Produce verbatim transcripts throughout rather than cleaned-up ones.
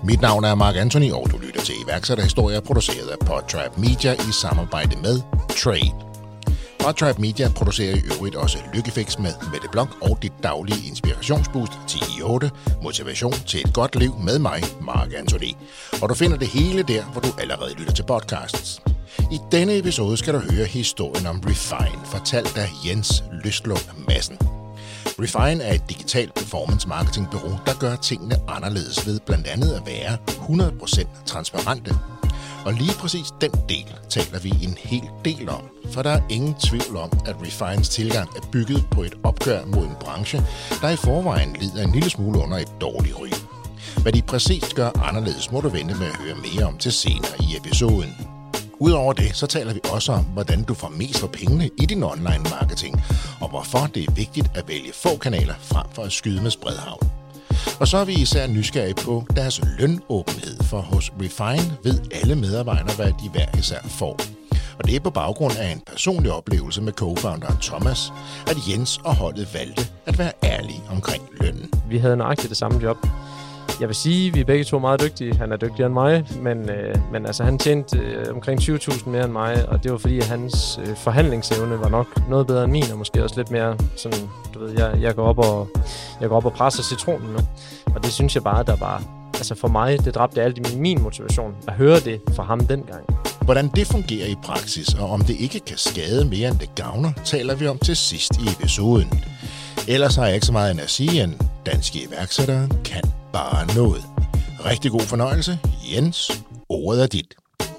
Mit navn er Mark Anthony, og du lytter til iværksætterhistorier produceret af Podtribe Media i samarbejde med Trade. Podtribe Media producerer i øvrigt også Lykkefix med Mette Blok og dit daglige inspirationsboost ti i otte, motivation til et godt liv med mig, Mark Anthony. Og du finder det hele der, hvor du allerede lytter til podcasts. I denne episode skal du høre historien om Refine, fortalt af Jens Lystlund Madsen. Refine er et digitalt performance marketingbureau, der gør tingene anderledes ved blandt andet at være hundrede procent transparente. Og lige præcis den del taler vi en hel del om, for der er ingen tvivl om, at Refines tilgang er bygget på et opgør mod en branche, der i forvejen lider en lille smule under et dårligt ry. Hvad de præcist gør anderledes, må du vente med at høre mere om til senere i episoden. Udover det, så taler vi også om, hvordan du får mest for pengene i din online marketing, og hvorfor det er vigtigt at vælge få kanaler frem for at skyde med spredhavl. Og så er vi især nysgerrige på deres lønåbenhed, for hos Refine ved alle medarbejdere, hvad de hver især får. Og det er på baggrund af en personlig oplevelse med co-founderen Thomas, at Jens og holdet valgte at være ærlige omkring lønnen. Vi havde nøjagtigt det samme job. Jeg vil sige, at vi er begge to meget dygtige. Han er dygtigere end mig, men, øh, men altså, han tjente øh, omkring tyve tusind mere end mig, og det var fordi, at hans øh, forhandlingsevne var nok noget bedre end min, og måske også lidt mere sådan, du ved, jeg, jeg, går, op og, jeg går op og presser citronen nu. Og det synes jeg bare, der var, altså for mig, det dræbte alt i min, min motivation at høre det fra ham dengang. Hvordan det fungerer i praksis, og om det ikke kan skade mere end det gavner, taler vi om til sidst i episoden. Ellers har jeg ikke så meget end at sige, end danske iværksættere kan bare noget. Rigtig god fornøjelse. Jens, ordet er dit.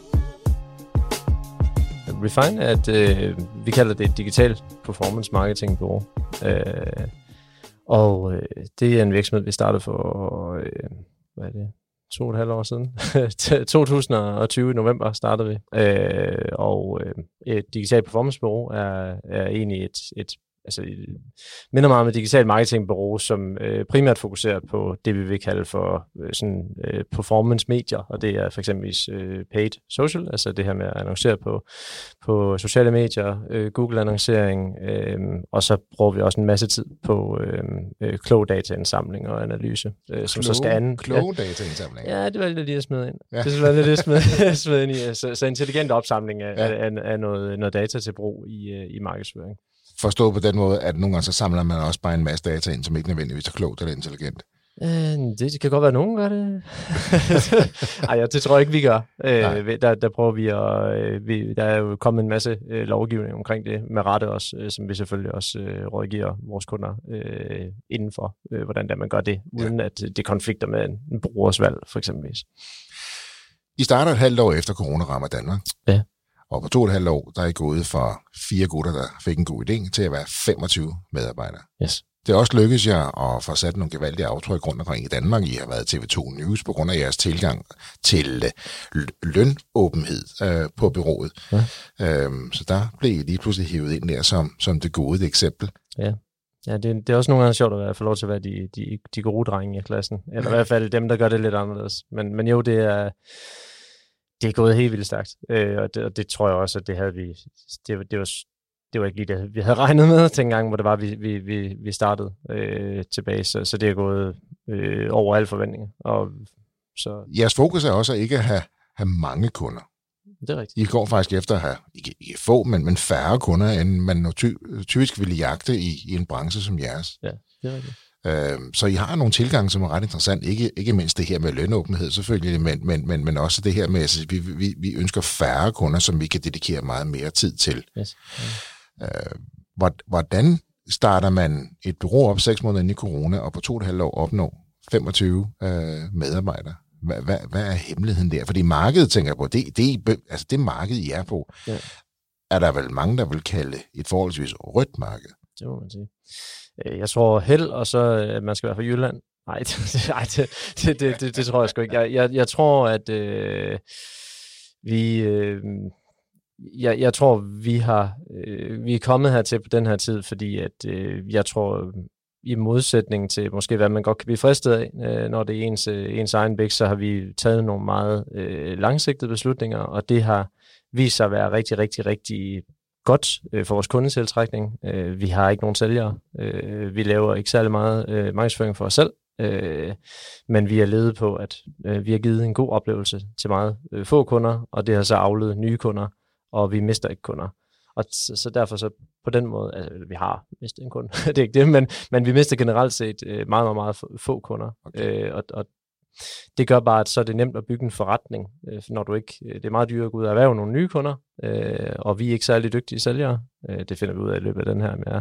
Refine er et, øh, vi kalder det et digitalt performance marketing bureau. Øh, og øh, det er en virksomhed, vi startede for, øh, hvad er det, to og et halvt år siden. to tusind og tyve i november startede vi. Øh, og øh, et digitalt performance bureau er, er egentlig et, et altså minder meget om et digitalt marketingbureau, som øh, primært fokuserer på det, vi vil kalde for øh, sådan øh, performance-medier, og det er for eksempel øh, paid social, altså det her med at annoncere på, på sociale medier, øh, Google-annoncering, øh, og så bruger vi også en masse tid på øh, øh, klog dataindsamling og analyse, øh, som Kloge, så skal an... Klog ja, dataindsamling? Ja, det var lidt lige at smide ind. Ja. Det var lidt at smide, smide ind i, så, så intelligent opsamling af, ja. af, af noget, noget data til brug i, i markedsføring. Forstå på den måde, at nogle gange så samler man også bare en masse data ind, som ikke nødvendigvis er klogt eller intelligent. Øh, det kan godt være, at nogen gør det. Ej, ja, det tror jeg ikke, vi gør. Øh, der, der prøver vi at... Øh, vi, der er jo kommet en masse øh, lovgivning omkring det, med rette også, øh, som vi selvfølgelig også øh, rådgiver vores kunder øh, indenfor, øh, hvordan der man gør det, uden ja. at det konflikter med en, en brugers valg, for eksempelvis. I starter et halvt år efter corona rammer Danmark. Ja. Og på to og et halvt år, der er I gået fra fire gutter, der fik en god idé, til at være femogtyve medarbejdere. Yes. Det er også lykkedes jer at få sat nogle gevaldige aftryk rundt omkring i Danmark. I har været T V to News på grund af jeres tilgang til lønåbenhed øh, på bureauet. Ja. Øhm, så der blev I lige pludselig hævet ind der som, som det gode eksempel. Ja. Ja, det, det er også nogle gange sjovt at få lov til at være de, de, de gode drenge i klassen. Eller i hvert fald dem, der gør det lidt anderledes. Men, men jo, det er... Det er gået helt vildt stærkt, øh, og, det, og det tror jeg også, at det havde vi, det, det, var, det var ikke lige det, vi havde regnet med til en gang, hvor det var, vi, vi, vi, vi startede øh, tilbage, så, så det er gået øh, over alle forventninger. Og, så... Jeres fokus er også at ikke have, have mange kunder. Det er rigtigt. I går faktisk efter at have, ikke, ikke få, men, men færre kunder, end man ty, typisk ville jagte i, i en branche som jeres. Ja, det er rigtigt. Så I har nogle tilgange, som er ret interessant. Ikke, ikke mindst det her med lønåbenhed selvfølgelig, men, men, men, men også det her med, at vi, vi, vi ønsker færre kunder, som vi kan dedikere meget mere tid til. Yes. Yeah. Hvordan starter man et bureau op seks måneder inde i corona, og på to og et halvt år opnår femogtyve øh, medarbejdere? Hvad, hvad, hvad er hemmeligheden der? Fordi markedet, tænker jeg på, det, det, altså det marked, I er på, ja. Er der vel mange, der vil kalde et forholdsvis rødt marked? Det må man sige. Jeg tror held, og så at man skal være fra Jylland. Nej, det, det, det, det, det, det tror jeg sgu ikke. Jeg, jeg, jeg tror, at øh, vi... Øh, jeg, jeg tror, vi har øh, vi er kommet hertil på den her tid, fordi at øh, jeg tror, i modsætning til måske, hvad man godt kan blive fristet af, øh, når det er ens, øh, ens egen bæk, så har vi taget nogle meget øh, langsigtede beslutninger, og det har vist sig at være rigtig, rigtig, rigtig godt øh, for vores kundetiltrækning. Øh, vi har ikke nogen sælgere. Øh, vi laver ikke særlig meget øh, markedsføring for os selv. Øh, men vi er ledet på, at øh, vi har givet en god oplevelse til meget øh, få kunder, og det har så afledt nye kunder, og vi mister ikke kunder. Og så, så derfor så på den måde, altså vi har mistet en kunde, det er ikke det, men, men vi mister generelt set øh, meget, meget, meget få kunder. Okay. Øh, og, og det gør bare, at så er det nemt at bygge en forretning, øh, når du ikke, det er meget dyrt at gå ud og erhverve nogle nye kunder, øh, og vi er ikke særlig dygtige sælgere. Øh, det finder vi ud af i løbet af den her, med,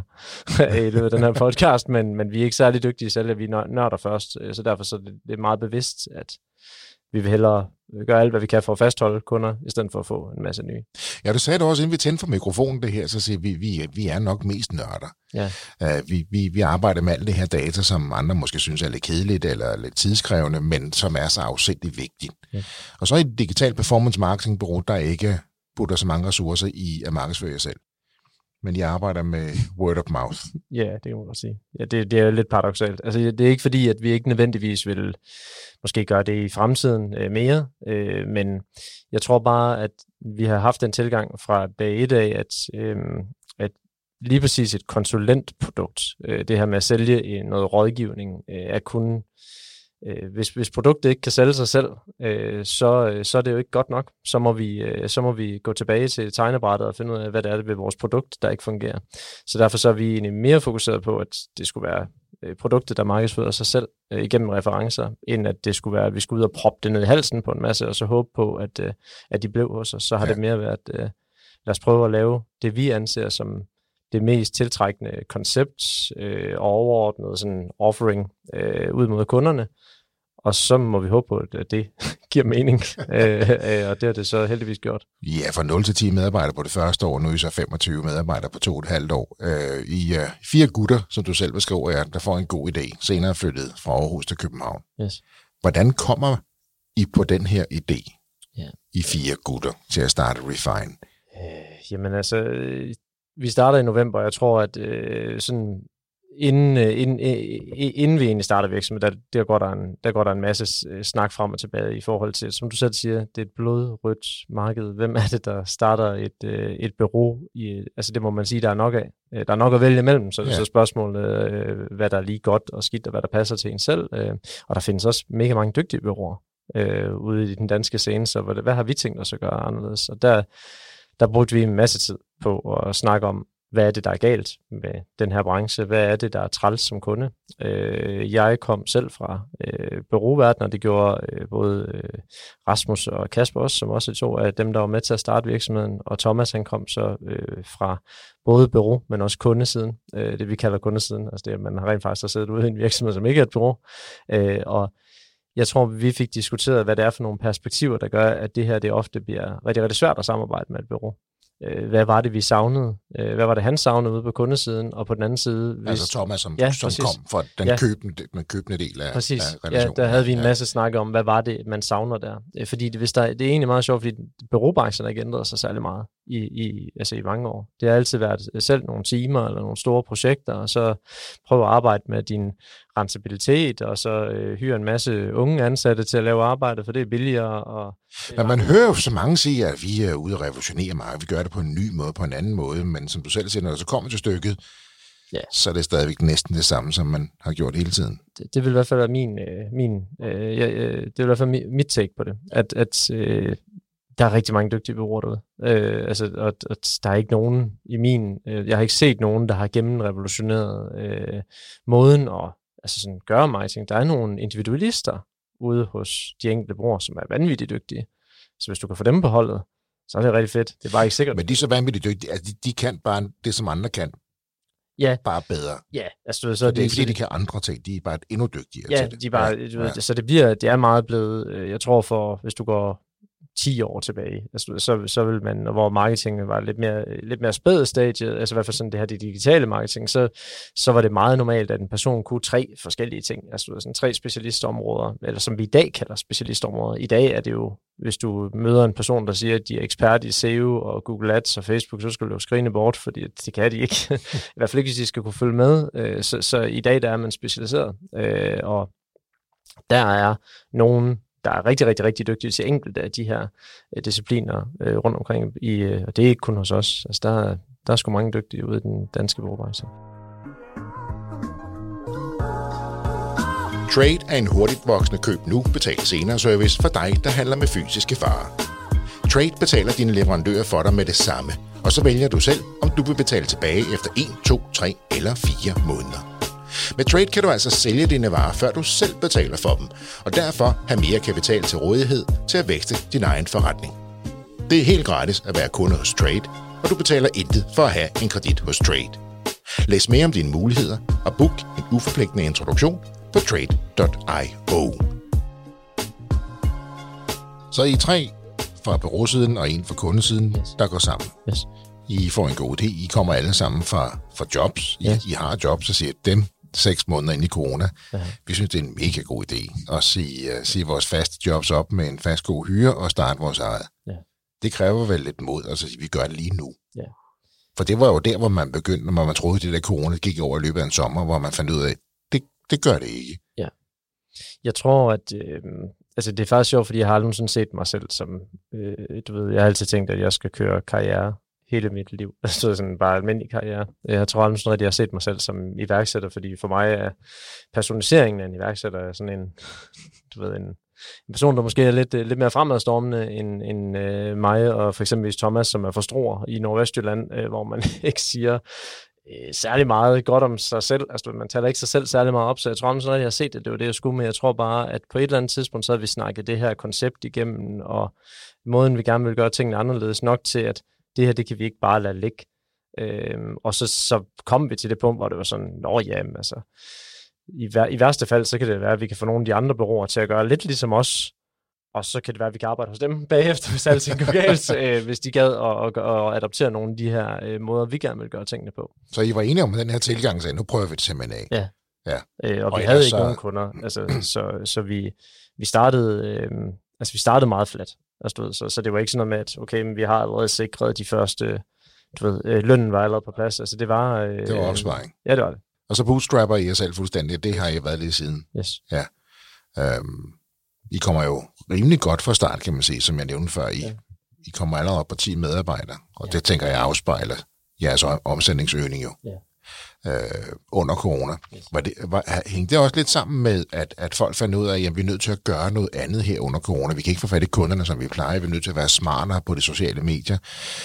i løbet af den her podcast, men, men vi er ikke særlig dygtige sælgere, vi er nørder først, øh, så derfor så det, det er meget bevidst, at vi vil hellere gøre alt, hvad vi kan for at fastholde kunder, i stedet for at få en masse nye. Ja, du sagde det også, inden vi tændte for mikrofonen det her, så siger vi, vi, vi er nok mest nørder. Ja. Uh, vi, vi, vi arbejder med alle det her data, som andre måske synes er lidt kedeligt eller lidt tidskrævende, men som er så afsindigt vigtigt. Ja. Og så i et digitalt performance marketing bureau, der ikke putter så mange ressourcer i at markedsføre jer selv. Men jeg arbejder med word of mouth. Ja, det kan man godt sige. Ja, det, det er lidt paradoksalt. Altså, det er ikke fordi, at vi ikke nødvendigvis vil måske gøre det i fremtiden øh, mere, øh, men jeg tror bare, at vi har haft den tilgang fra dag et af, at, øh, at lige præcis et konsulentprodukt, øh, det her med at sælge noget rådgivning, øh, er kun Øh, hvis, hvis produktet ikke kan sælge sig selv, øh, så, øh, så er det jo ikke godt nok. Så må, vi, øh, så må vi gå tilbage til tegnebrættet og finde ud af, hvad det er det ved vores produkt, der ikke fungerer. Så derfor så er vi egentlig mere fokuseret på, at det skulle være øh, produktet, der markedsfører sig selv øh, igennem referencer, end at det skulle være, at vi skulle ud og proppe det ned i halsen på en masse, og så håbe på, at, øh, at de blev hos os. Så har ja. det mere været, øh, lad os prøve at lave det, vi anser som det mest tiltrækkende koncept øh, og overordnet sådan offering øh, ud mod kunderne. Og så må vi håbe på, at det giver mening, øh, og det har det så heldigvis gjort. Ja, fra nul til ti medarbejdere på det første år, nu er I så femogtyve medarbejdere på to og et halvt år. Øh, I uh, fire gutter, som du selv beskriver, ja, der får en god idé, senere flyttet fra Aarhus til København. Yes. Hvordan kommer I på den her idé, yeah. I fire gutter, til at starte Refine? Øh, jamen altså, vi starter i november, jeg tror, at øh, sådan... Inden, inden, inden vi egentlig starter virksomheden, der, der, går der, en, der går der en masse snak frem og tilbage i forhold til, som du selv siger, det er et blodrødt marked. Hvem er det, der starter et, et bureau? I, altså det må man sige, der er nok af. Der er nok at vælge imellem, så det er ja. så spørgsmålet, hvad der er lige godt og skidt, og hvad der passer til en selv. Og der findes også mega mange dygtige bureauer øh, ude i den danske scene, så hvad, hvad har vi tænkt os at gøre anderledes? Og der, der brugte vi en masse tid på at snakke om, hvad er det, der er galt med den her branche? Hvad er det, der er træls som kunde? Øh, jeg kom selv fra øh, bureauverdenen, og det gjorde øh, både øh, Rasmus og Kasper også, som også er to af dem, der var med til at starte virksomheden. Og Thomas, han kom så øh, fra både bureau, men også kundesiden. Øh, det vi kalder kundesiden. Altså det, at man har rent faktisk siddet ude i en virksomhed, som ikke er et bureau. Øh, og jeg tror, vi fik diskuteret, hvad det er for nogle perspektiver, der gør, at det her det ofte bliver rigtig, rigtig svært at samarbejde med et bureau. Hvad var det, vi savnede? Hvad var det, han savnede ude på kundesiden? Og på den anden side... Hvis... Altså Thomas, som, ja, som kom for den ja. købende, den købende del af, præcis. af relationen. Ja, der havde vi en masse ja. snak om, hvad var det, man savner der? Fordi det, hvis der, det er egentlig meget sjovt, fordi bureaubranchen har ikke ændret sig særlig meget i, i, altså i mange år. Det har altid været selv nogle timer eller nogle store projekter, og så prøve at arbejde med din rentabilitet, og så øh, hyre en masse unge ansatte til at lave arbejde, for det er billigere. Og, men man hører jo så mange sige, at vi er ude og revolutionere meget. Vi gør det på en ny måde, på en anden måde, men som du selv siger, når det så kommer til stykket, ja. så er det stadigvæk næsten det samme, som man har gjort hele tiden. Det, det vil i hvert fald være min, øh, min øh, ja, øh, det vil i hvert fald mit, mit take på det, at, at øh, der er rigtig mange dygtige bureauer derude. Øh, altså, og, og der er ikke nogen i min, øh, jeg har ikke set nogen, der har gennemrevolutioneret øh, måden at altså sådan gøre marketing. Der er nogle individualister ude hos de enkelte bureauer, som er vanvittigt dygtige. Så hvis du kan få dem på holdet, så er det rigtig fedt. Det er bare ikke sikkert. Men de er så vanvittigt dygtige. Altså, de, de kan bare det, som andre kan. Ja. Bare bedre. Ja. Altså, så, så det er ikke, fordi de kan andre ting. De er bare endnu dygtigere ja, til det. De er bare, ja, du ved, ja. Så det bliver, det er meget blevet, jeg tror for, hvis du går ti år tilbage, altså, så, så vil man, hvor marketing var lidt mere, lidt mere spædet stadie, altså i hvert fald sådan det her det digitale marketing, så, så var det meget normalt, at en person kunne tre forskellige ting, altså sådan tre specialistområder, eller som vi i dag kalder specialistområder. I dag er det jo, hvis du møder en person, der siger, at de er ekspert i S E O og Google Ads og Facebook, så skal du jo skrine bort, fordi det kan de ikke. I hvert fald ikke, hvis de skal kunne følge med. Så, så i dag, der er man specialiseret, og der er nogen, der er rigtig, rigtig, rigtig dygtige til enkelte af de her øh, discipliner øh, rundt omkring. I, øh, og det er ikke kun hos os. Altså, der, der er sgu mange dygtige ude i den danske bureaubranche. Trade er en hurtigt voksende køb nu, betal senere service for dig, der handler med fysiske varer. Trade betaler dine leverandører for dig med det samme, og så vælger du selv, om du vil betale tilbage efter en, to, tre eller fire måneder. Med Trade kan du altså sælge dine varer, før du selv betaler for dem, og derfor have mere kapital til rådighed til at vækste din egen forretning. Det er helt gratis at være kunde hos Trade, og du betaler intet for at have en kredit hos Trade. Læs mere om dine muligheder og book en uforpligtende introduktion på trade punktum io. Så I tre fra bureausiden og en fra kundesiden, yes. der går sammen. Yes. I får en god idé. I kommer alle sammen fra, fra jobs. I, yes. I har jobs, og siger dem seks måneder ind i corona. Ja. Vi synes, det er en mega god idé at sige, uh, sige vores faste jobs op med en fast god hyre og starte vores eget. Ja. Det kræver vel lidt mod, altså vi gør det lige nu. Ja. For det var jo der, hvor man begyndte, når man troede, at det der corona gik over i løbet af en sommer, hvor man fandt ud af, det, det gør det ikke. Ja. Jeg tror, at øh, altså det er faktisk sjovt, fordi jeg har aldrig sådan set mig selv som, øh, du ved, jeg har altid tænkt, at jeg skal køre karriere hele mit liv. Altså sådan bare almindelig karriere. Jeg tror aldrig sådan rigtig, at jeg har set mig selv som iværksætter, fordi for mig er personaliseringen af en iværksætter sådan en, du ved, en, en person, der måske er lidt, lidt mere fremadstormende end, end øh, mig og for eksempel Thomas, som er fra Struer i Nordvestjylland, øh, hvor man ikke siger øh, særlig meget godt om sig selv. Altså man taler ikke sig selv særlig meget op, så jeg tror aldrig sådan, at jeg har set det. Det var det, jeg skulle, men jeg tror bare, at på et eller andet tidspunkt, så har vi snakket det her koncept igennem, og måden, vi gerne vil gøre tingene anderledes nok til, at det her, det kan vi ikke bare lade ligge. Øhm, og så, så kom vi til det punkt, hvor det var sådan, nå jamen, altså, i, vær, i værste fald, så kan det være, at vi kan få nogle af de andre bureauer til at gøre lidt ligesom os, og så kan det være, at vi kan arbejde hos dem bagefter, hvis alting går galt, øh, hvis de gad at, at, at adoptere nogle af de her øh, måder, vi gerne vil gøre tingene på. Så I var enige om den her tilgang, så nu prøver vi det simpelthen af. Ja, ja. Øh, og, og vi havde ikke så... nogen kunder, altså, så, så vi, vi startede, øh, altså vi startede meget flat. Altså, så, så det var ikke sådan noget med, at okay, men vi har allerede sikret de første, du ved, øh, lønnen var allerede på plads. Altså det var... Øh, det var opsparing. Ja, det var det. Og så bootstrapper I jer selv fuldstændig. Det har I været lige siden. Yes. Ja. Øhm, I kommer jo rimelig godt fra start, kan man sige, som jeg nævnte før. I, ja. I kommer allerede op på ti medarbejdere, og ja. Det tænker jeg afspejler jeres omsætningsøgning jo. Ja. Øh, under corona. Yes. Var det, var, hængte det også lidt sammen med, at, at folk fandt ud af, at vi er nødt til at gøre noget andet her under corona. Vi kan ikke få fat i kunderne, som vi plejer. Vi er nødt til at være smartere på de sociale medier.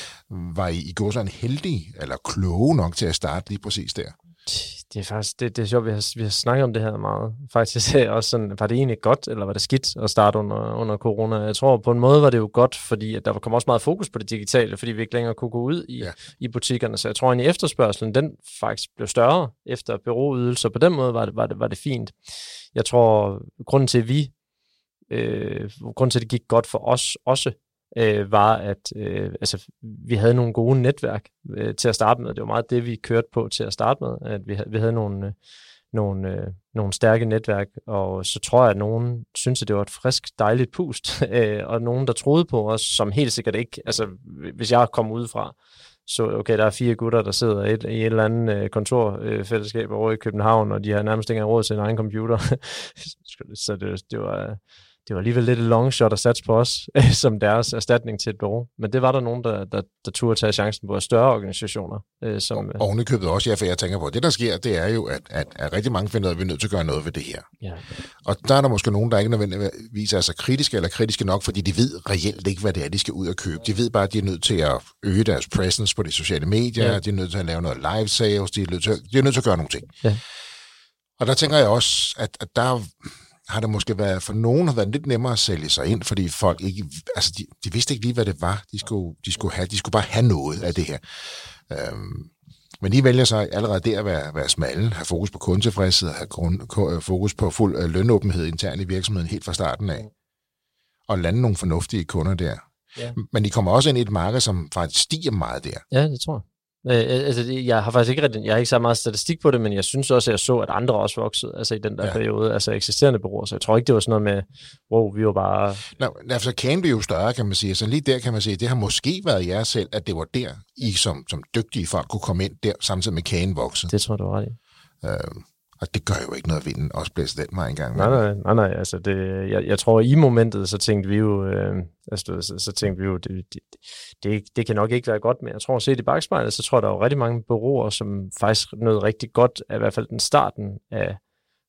Var I, I går sådan heldige, eller kloge nok til at starte lige præcis der? Det er faktisk, det, det er sjovt, vi har, vi har snakket om det her meget. Faktisk også sådan, var det egentlig godt, eller var det skidt at starte under, under corona? Jeg tror, på en måde var det jo godt, fordi at der kom også meget fokus på det digitale, fordi vi ikke længere kunne gå ud i, ja. i butikkerne. Så jeg tror egentlig, efterspørgselen, den faktisk blev større efter bureauydelser. På den måde var det, var det, var det fint. Jeg tror, grunden til, at vi, øh, grunden til, at det gik godt for os også, Øh, var, at øh, altså, vi havde nogle gode netværk øh, til at starte med. Det var meget det, vi kørte på til at starte med, at vi, vi havde nogle, øh, nogle, øh, nogle stærke netværk, og så tror jeg, at nogen synes, at det var et frisk, dejligt pust, øh, og nogen, der troede på os, som helt sikkert ikke, altså hvis jeg kom udefra, så okay, der er fire gutter, der sidder i et, i et eller andet øh, kontorfællesskab over i København, og de har nærmest ikke råd til en egen computer. Så det, det var... Det var alligevel lidt et long shot at satse på os, som deres erstatning til et bureau. Men det var der nogen, der, der, der turde tage chancen på større organisationer. Øh, som, og ovenikøbet også, ja, for jeg tænker på, det der sker, det er jo, at, at, at rigtig mange finder ud af, at vi er nødt til at gøre noget ved det her. Ja. Og der er der måske nogen, der ikke nødvendigvis er så kritiske eller kritiske nok, fordi de ved reelt ikke, hvad det er, de skal ud og købe. De ved bare, at de er nødt til at øge deres presence på de sociale medier, ja. De er nødt til at lave noget live sales, de er nødt til at, de er nødt til at gøre nogle ting. Ja. Og der tænker jeg også, at, at der har det måske været, for nogen har været lidt nemmere at sælge sig ind, fordi folk ikke, altså de, de vidste ikke lige, hvad det var, de skulle, de skulle have. De skulle bare have noget af det her. Øhm, men de vælger sig allerede der at være, være smalle, have fokus på kundetilfredshed, have grund, fokus på fuld øh, lønåbenhed internt i virksomheden helt fra starten af, og lande nogle fornuftige kunder der. Ja. Men de kommer også ind i et marked, som faktisk stiger meget der. Ja, det tror jeg. Øh, altså, jeg har faktisk ikke rigtig, jeg har ikke så meget statistik på det, men jeg synes også, at jeg så, at andre også voksede, altså i den der ja. periode, altså eksisterende bureauer, så jeg tror ikke, det var sådan noget med, wow, vi var bare... Nå, altså kan vi jo større, kan man sige, så lige der kan man sige, det har måske været jer selv, at det var der, I som, som dygtige folk kunne komme ind der, samtidig med kagen voksede. Det tror jeg, du var ret i. Øh, og det gør jo ikke noget at vinde, også blæse den vej engang. Nej, nej, nej, nej, altså det, jeg, jeg tror, i momentet, så tænkte vi jo, øh, altså, så, så tænkte vi jo, det, det, det, det kan nok ikke være godt, men jeg tror, at set i bagspejlet, så tror jeg, der er jo rigtig mange bureauer, som faktisk nød rigtig godt af i hvert fald den starten af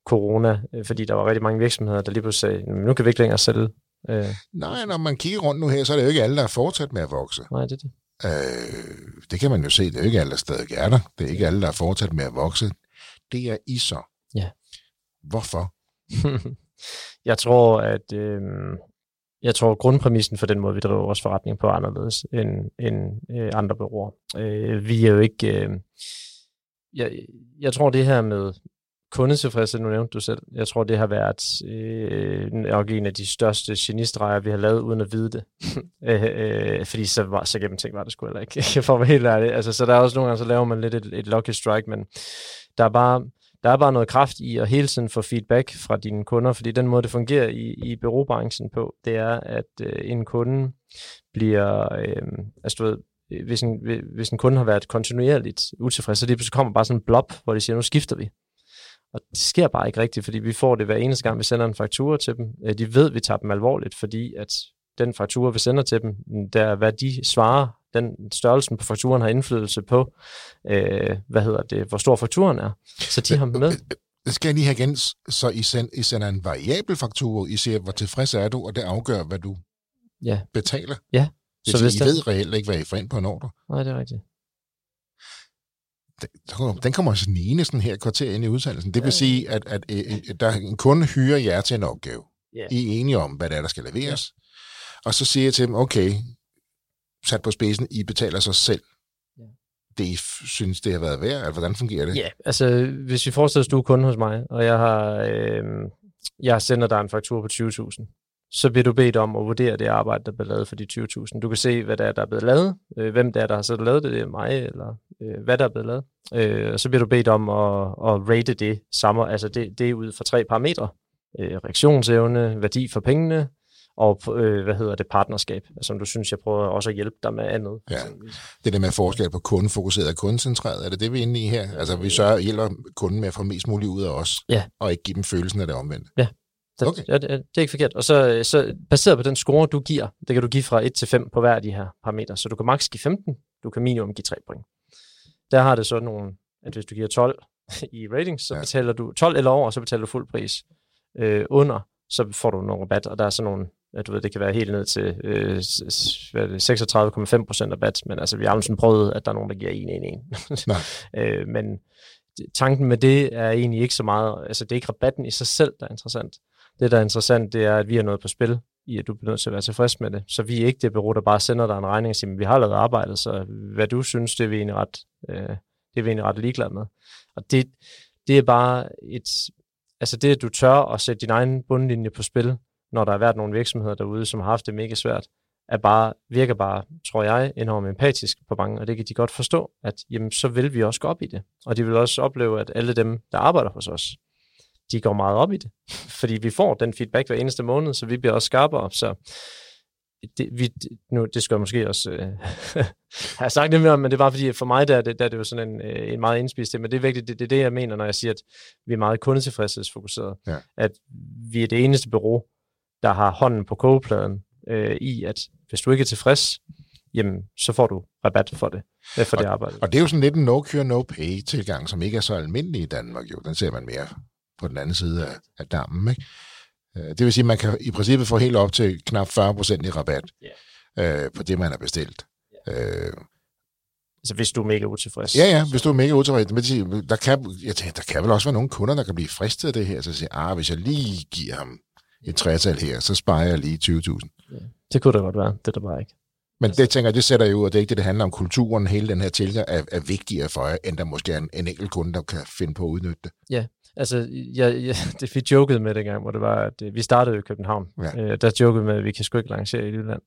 corona, øh, fordi der var rigtig mange virksomheder, der lige pludselig sagde, nu kan vi ikke længere sælge. Øh. Nej, når man kigger rundt nu her, så er det jo ikke alle, der er fortsat med at vokse. Nej, det er det. Øh, det kan man jo se, det er jo ikke alle, der stadig er der. Det er ikke alle, der er fortsat med at vokse. Det er I så. Ja. Hvorfor? Jeg tror, at øh, jeg tror, grundpræmissen for den måde, vi driver vores forretning på, er anderledes end, end øh, andre bureauer. Øh, vi er jo ikke... Øh, jeg, jeg tror, det her med kundetilfredshed, nu nævnte du selv, jeg tror, det har været øh, nok en af de største genistreger, vi har lavet, uden at vide det. øh, øh, fordi så, var, så gennemtænkt var det sgu heller ikke, for at være helt ærlig. Altså, så der er også nogle gange, så laver man lidt et, et lucky strike, men der er bare... Der er bare noget kraft i at hele tiden få feedback fra dine kunder, fordi den måde, det fungerer i, i bureaubranchen på, det er, at øh, en kunde bliver, øh, altså du ved, hvis en, hvis en kunde har været kontinuerligt utilfreds, så det kommer bare sådan en blob, hvor de siger, nu skifter vi. Og det sker bare ikke rigtigt, fordi vi får det hver eneste gang, vi sender en faktura til dem. De ved, at vi tager dem alvorligt, fordi at den faktura, vi sender til dem, der hvad de svarer, den størrelsen på fakturen har indflydelse på, øh, hvad hedder det, hvor stor fakturen er. Så de har med. Det skal jeg lige have igen, så I, send, I sender en variabel faktura, I siger, hvor tilfreds er du, og det afgør, hvad du ja. betaler. Ja. Det så hvis I den... ved reelt ikke, hvad I får ind på en ordre. Nej, det er rigtigt. Den kommer sådan ene sådan her kvarter ind i udsendelsen. Det vil ja. sige, at, at, at der en kunde hyrer jer til en opgave. Ja. I er enige om, hvad det er, der skal leveres. Ja. Og så siger jeg til dem, okay, sat på spidsen, I betaler sig selv. Ja. Det, I synes, det har været værd? Altså, hvordan fungerer det? Ja, altså, hvis vi forestiller os, du er kunde hos mig, og jeg har, øh, jeg sender dig en faktur på tyve tusind, så bliver du bedt om at vurdere det arbejde, der bliver lavet for de tyve tusind. Du kan se, hvad der er, der er blevet lavet, øh, hvem der er, der har så lavet det, det er mig, eller øh, hvad der er blevet lavet. Øh, og så bliver du bedt om at, at rate det samme, altså det, det er ud fra tre parametre. Øh, reaktionsevne, værdi for pengene, og øh, hvad hedder det, partnerskab, som du synes, jeg prøver også at hjælpe dig med andet. Ja, det er det med forskel på kundefokuseret og kundecentreret. Er det det, vi er inde i her? Altså, vi sørger hjælper kunden med at få mest muligt ud af os, ja. og ikke give dem følelsen af det omvendt. Ja, det, okay. ja, det, det er ikke forkert. Og så, så baseret på den score, du giver, det kan du give fra et til fem på hver af de her parametre. Så du kan maks give femten, du kan minimum give tre point. Der har det sådan nogle, at hvis du giver tolv i ratings, så ja. betaler du tolv eller over, så betaler du fuld pris. Øh, under, så får du nogle rabat, og der er sådan nogle, at du ved, det kan være helt ned til øh, seksogtredive komma fem procent rabat, men altså vi har aldrig sådan prøvet, at der er nogen, der giver en en en. øh, men tanken med det er egentlig ikke så meget, altså det er ikke rabatten i sig selv, der er interessant. Det, der er interessant, det er, at vi har noget på spil i, at du bliver nødt til at være tilfreds med det. Så vi er ikke det bureau, der bare sender dig en regning og siger, men vi har lavet arbejdet, så hvad du synes, det er vi egentlig ret, øh, det er vi egentlig ret ligeglade med. Og det, det er bare et, altså det, at du tør at sætte din egen bundlinje på spil, når der har været nogle virksomheder derude, som har haft det mega svært, er bare, virker bare, tror jeg, enormt empatisk på mange, og det kan de godt forstå, at jamen, så vil vi også gå op i det. Og de vil også opleve, at alle dem, der arbejder hos os, de går meget op i det. Fordi vi får den feedback hver eneste måned, så vi bliver også skarpere. Så det, vi, nu, det skal jeg måske også øh, have sagt lidt mere om, men det var fordi, for mig der er det, der er det jo sådan en, en meget indspist det, men det er vigtigt, det, det er det, jeg mener, når jeg siger, at vi er meget kundetilfredshedsfokuseret. Ja. At vi er det eneste bureau, der har hånden på kogepladen øh, i, at hvis du ikke er tilfreds, jamen, så får du rabat for det, for og, det arbejde. Og det er jo sådan lidt en no-cure, no-pay-tilgang, som ikke er så almindelig i Danmark. Jo. Den ser man mere på den anden side af, af dammen. Ikke? Det vil sige, at man kan i princippet få helt op til knap fyrre procent i rabat yeah. øh, på det, man har bestilt. Yeah. Øh, altså hvis du er mega utilfreds. Ja, ja, hvis du er mega utilfreds. Der kan, jeg tænker, der kan vel også være nogle kunder, der kan blive fristet af det her, så siger, ah, hvis jeg lige giver ham et tretal her, så sparer jeg lige tyve tusind. Ja, det kunne da godt være, det er der bare ikke. Men altså, det tænker jeg, det sætter jo, og det er ikke det, det handler om kulturen, hele den her tilgang er, er vigtigere for jer, end der måske er en, en enkelt kunde, der kan finde på at udnytte det. Ja, altså, jeg, jeg, det vi jokede med det gang, hvor det var, at vi startede i København. Ja. Øh, der jokede med, at vi kan sgu ikke lancere i Jylland.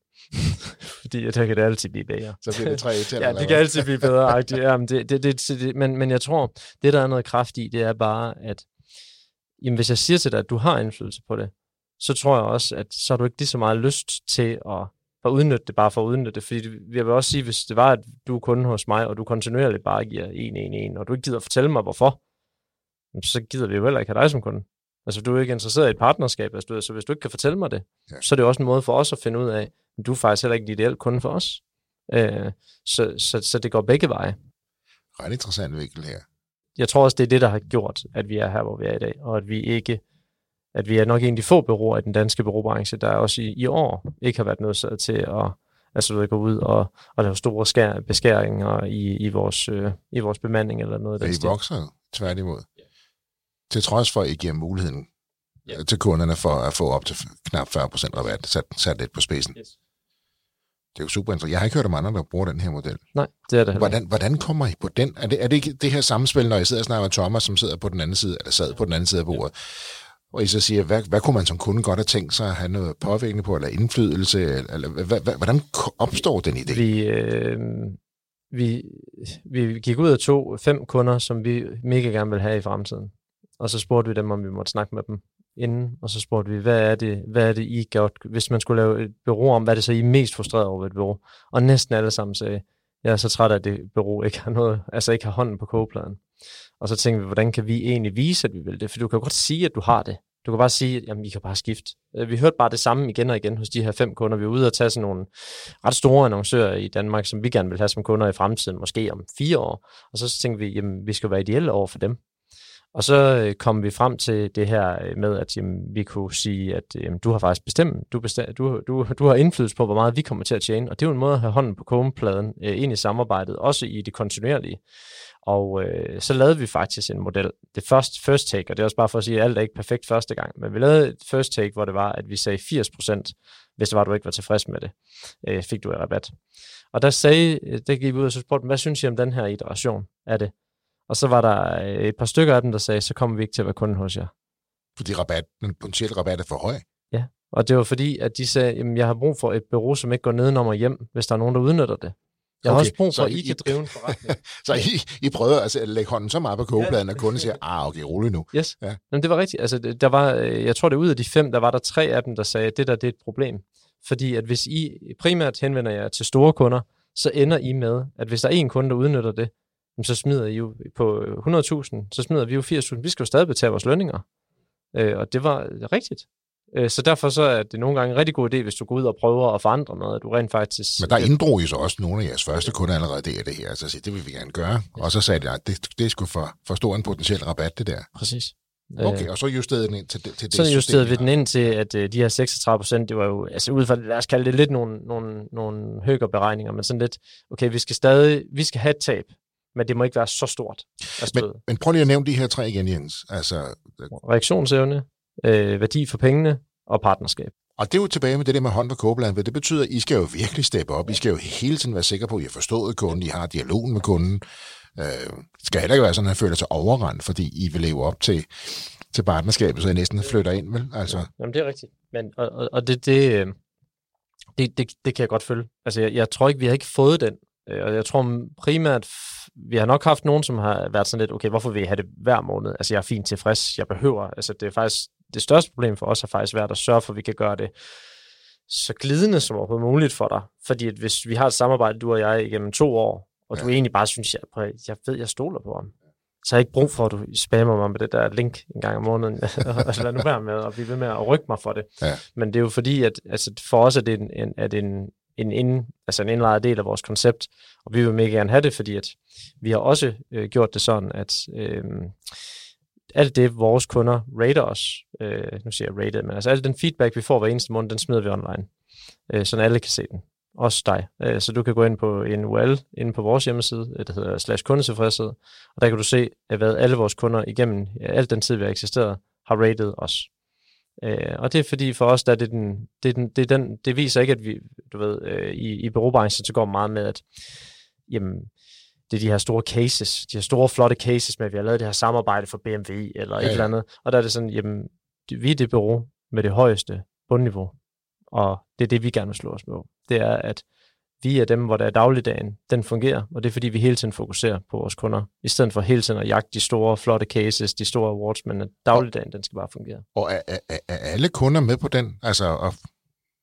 Fordi der kan det altid blive bedre. Så bliver det tre et. Ja, det kan altid blive bedre. Ja, men, det, det, det, det, men, men jeg tror, det der er noget kraft i, det er bare, at jamen, hvis jeg siger til dig, at du har indflydelse på det, så tror jeg også, at så har du ikke lige så meget lyst til at, at udnytte det, bare for at udnytte det. Fordi jeg vil også sige, hvis det var, at du er kunde hos mig, og du kontinuerligt bare giver en, en, en, og du ikke gider at fortælle mig, hvorfor, så gider vi jo heller ikke have dig som kunde. Altså, du er ikke interesseret i et partnerskab, altså, så hvis du ikke kan fortælle mig det, ja. Så er det også en måde for os at finde ud af, at du er faktisk heller ikke en ideel kunde for os. Øh, så, så, så det går begge veje. Ret interessant vinkel her. jeg tror også, det er det, der har gjort, at vi er her, hvor vi er i dag, og at vi ikke, at vi er nok en af de få bureauer i den danske bureaubranche, der også i, i år ikke har været nødsaget til at altså, at gå ud og, og lave store skær, beskæringer i, i, vores, øh, i vores bemanding eller noget. Ja, I stil. vokser tværtimod. Ja. Til trods for, at I giver muligheden ja. til kunderne for at få op til knap fyrre procent rabat, sat, sat lidt på spidsen. Yes. Det er jo super interessant. Jeg har ikke hørt om andre, der bruger den her model. Nej, det er det hvordan, hvordan kommer I på den? Er det, er det ikke det her samspil, når I sidder og snakker med Thomas, som sidder på den anden side, eller sad på den anden side af bordet, og I så siger, hvad, hvad kunne man som kunde godt have tænkt sig at have noget påvirkning på, eller indflydelse, eller hvad, hvordan opstår den idé? Vi, øh, vi, vi gik ud og tog fem kunder, som vi mega gerne vil have i fremtiden. Og så spurgte vi dem, om vi måtte snakke med dem inden, og så spurgte vi, hvad er det, hvad er det I gjort, hvis man skulle lave et bureau om, hvad er det så I er mest frustreret over ved et bureau? Og næsten alle sammen sagde, jeg er så træt af, at det bureau ikke har noget, altså ikke har hånden på kogepladen. Og så tænkte vi, hvordan kan vi egentlig vise, at vi vil det? For du kan jo godt sige, at du har det. Du kan bare sige, at jamen, I kan bare skifte. Vi hørte bare det samme igen og igen hos de her fem kunder. Vi er ude og tage sådan nogle ret store annoncører i Danmark, som vi gerne vil have som kunder i fremtiden, måske om fire år. Og så tænkte vi, jamen, vi skal være ideelle over for dem. Og så kom vi frem til det her med, at jamen, vi kunne sige, at jamen, du har faktisk bestemt, du, bestem, du, du, du har indflydelse på, hvor meget vi kommer til at tjene. Og det er jo en måde at have hånden på kogepladen øh, ind i samarbejdet, også i det kontinuerlige. Og øh, så lavede vi faktisk en model, det første first take, og det er også bare for at sige, at alt er ikke perfekt første gang, men vi lavede et first take, hvor det var, at vi sagde firs procent, hvis det var, at du ikke var tilfreds med det, øh, fik du i rabat. Og der sagde, der gik vi ud og så spurgte, hvad synes I om den her iteration af det? Og så var der et par stykker af dem, der sagde, så kommer vi ikke til at være kunde hos jer. Fordi rabat, den potentielle rabat er for høj? Ja, og det var fordi, at de sagde, jamen, jeg har brug for et bureau, som ikke går nedenom og hjem, hvis der er nogen, der udnytter det. Jeg har okay, også brug for, at I, I kan drive en forretning. Så I, I prøvede altså at lægge hånden så meget på kogepladen, at kunden siger, ah, okay, rolig nu. Yes, ja. Men det var rigtigt. Altså, der var, jeg tror, det ud af de fem, der var der tre af dem, der sagde, at det der det er et problem. Fordi at hvis I primært henvender jer til store kunder, så ender I med, at hvis der er en kunde, der udnytter det, så smider I jo på hundrede tusind, så smider vi jo firs tusind. Vi skal jo stadig betale vores lønninger. Øh, og det var rigtigt. Øh, så derfor så er det nogle gange en rigtig god idé, hvis du går ud og prøver at forandre noget, at du rent faktisk... Men der inddrog I så også nogle af jeres første kunder allerede det af det her, altså det vil vi gerne gøre. Og så sagde de, at det, det er sgu for, for stor en potentiel rabat, det der. Præcis. Okay, og så justerede den ind til, til det så justerede vi den ind til, at uh, de her seksogtredive procent, det var jo, altså ud fra, lad os kalde det lidt nogle, nogle, nogle højere beregninger, men sådan lidt, okay, vi skal stadig, vi skal have et tab, men det må ikke være så stort. Men, men prøv lige at nævne de her tre igen, Jens. Altså, reaktionsevne, øh, værdi for pengene og partnerskab. Og det er jo tilbage med det der med hånd på kogepladen, det betyder, at I skal jo virkelig steppe op. I skal jo hele tiden være sikre på, at I har forstået kunden, I har dialogen med kunden. Øh, det skal heller ikke være sådan, at han føler sig overrendt, fordi I vil leve op til, til partnerskabet, så I næsten flytter ind, vel? Altså. Jamen, det er rigtigt. Men, og, og, og det, det, det, det, det kan jeg godt følge. Altså, jeg, jeg tror ikke, vi har ikke fået den. Og jeg tror primært, vi har nok haft nogen, som har været sådan lidt, okay, hvorfor vil jeg have det hver måned? Altså, jeg er fint tilfreds, jeg behøver. Altså, det er faktisk, det største problem for os har faktisk været at sørge for, at vi kan gøre det så glidende som overhovedet muligt for dig. Fordi at hvis vi har et samarbejde, du og jeg, igennem to år, og ja. du egentlig bare synes, jeg, jeg ved, jeg stoler på ham, så har jeg ikke brug for, at du spammer mig med det der link en gang om måneden, og lad nu være med, og blive ved med at rykke mig for det. Ja. Men det er jo fordi, at altså, for os er det en, en, er det en, en, en, altså en indlejret del af vores koncept, og vi vil mega gerne have det, fordi at vi har også øh, gjort det sådan, at øh, alt det, vores kunder rater os, øh, nu siger jeg rated, men altså alt den feedback, vi får hver eneste måned, den smider vi online, øh, så alle kan se den. Også dig. Øh, så du kan gå ind på en U L, inde på vores hjemmeside, der hedder slash kundetilfredshed, og der kan du se, hvad alle vores kunder igennem al den tid, vi har eksisteret, har rated os. Øh, og det er fordi for os, der er det den, det, er den, det, er den, det viser ikke, at vi, du ved, øh, i, i bureaubranchen, så går meget med, at jamen, det er de her store cases, de her store, flotte cases med, at vi har lavet det her samarbejde for B M W, eller ja, ja. et eller andet, og der er det sådan, jamen, vi er det bureau med det højeste bundniveau, og det er det, vi gerne vil slå os med. Det er, at vi er dem, hvor der er dagligdagen, den fungerer, og det er fordi, vi hele tiden fokuserer på vores kunder, i stedet for hele tiden at jagte de store, flotte cases, de store awards, men dagligdagen, den skal bare fungere. Og er, er, er alle kunder med på den? Altså, og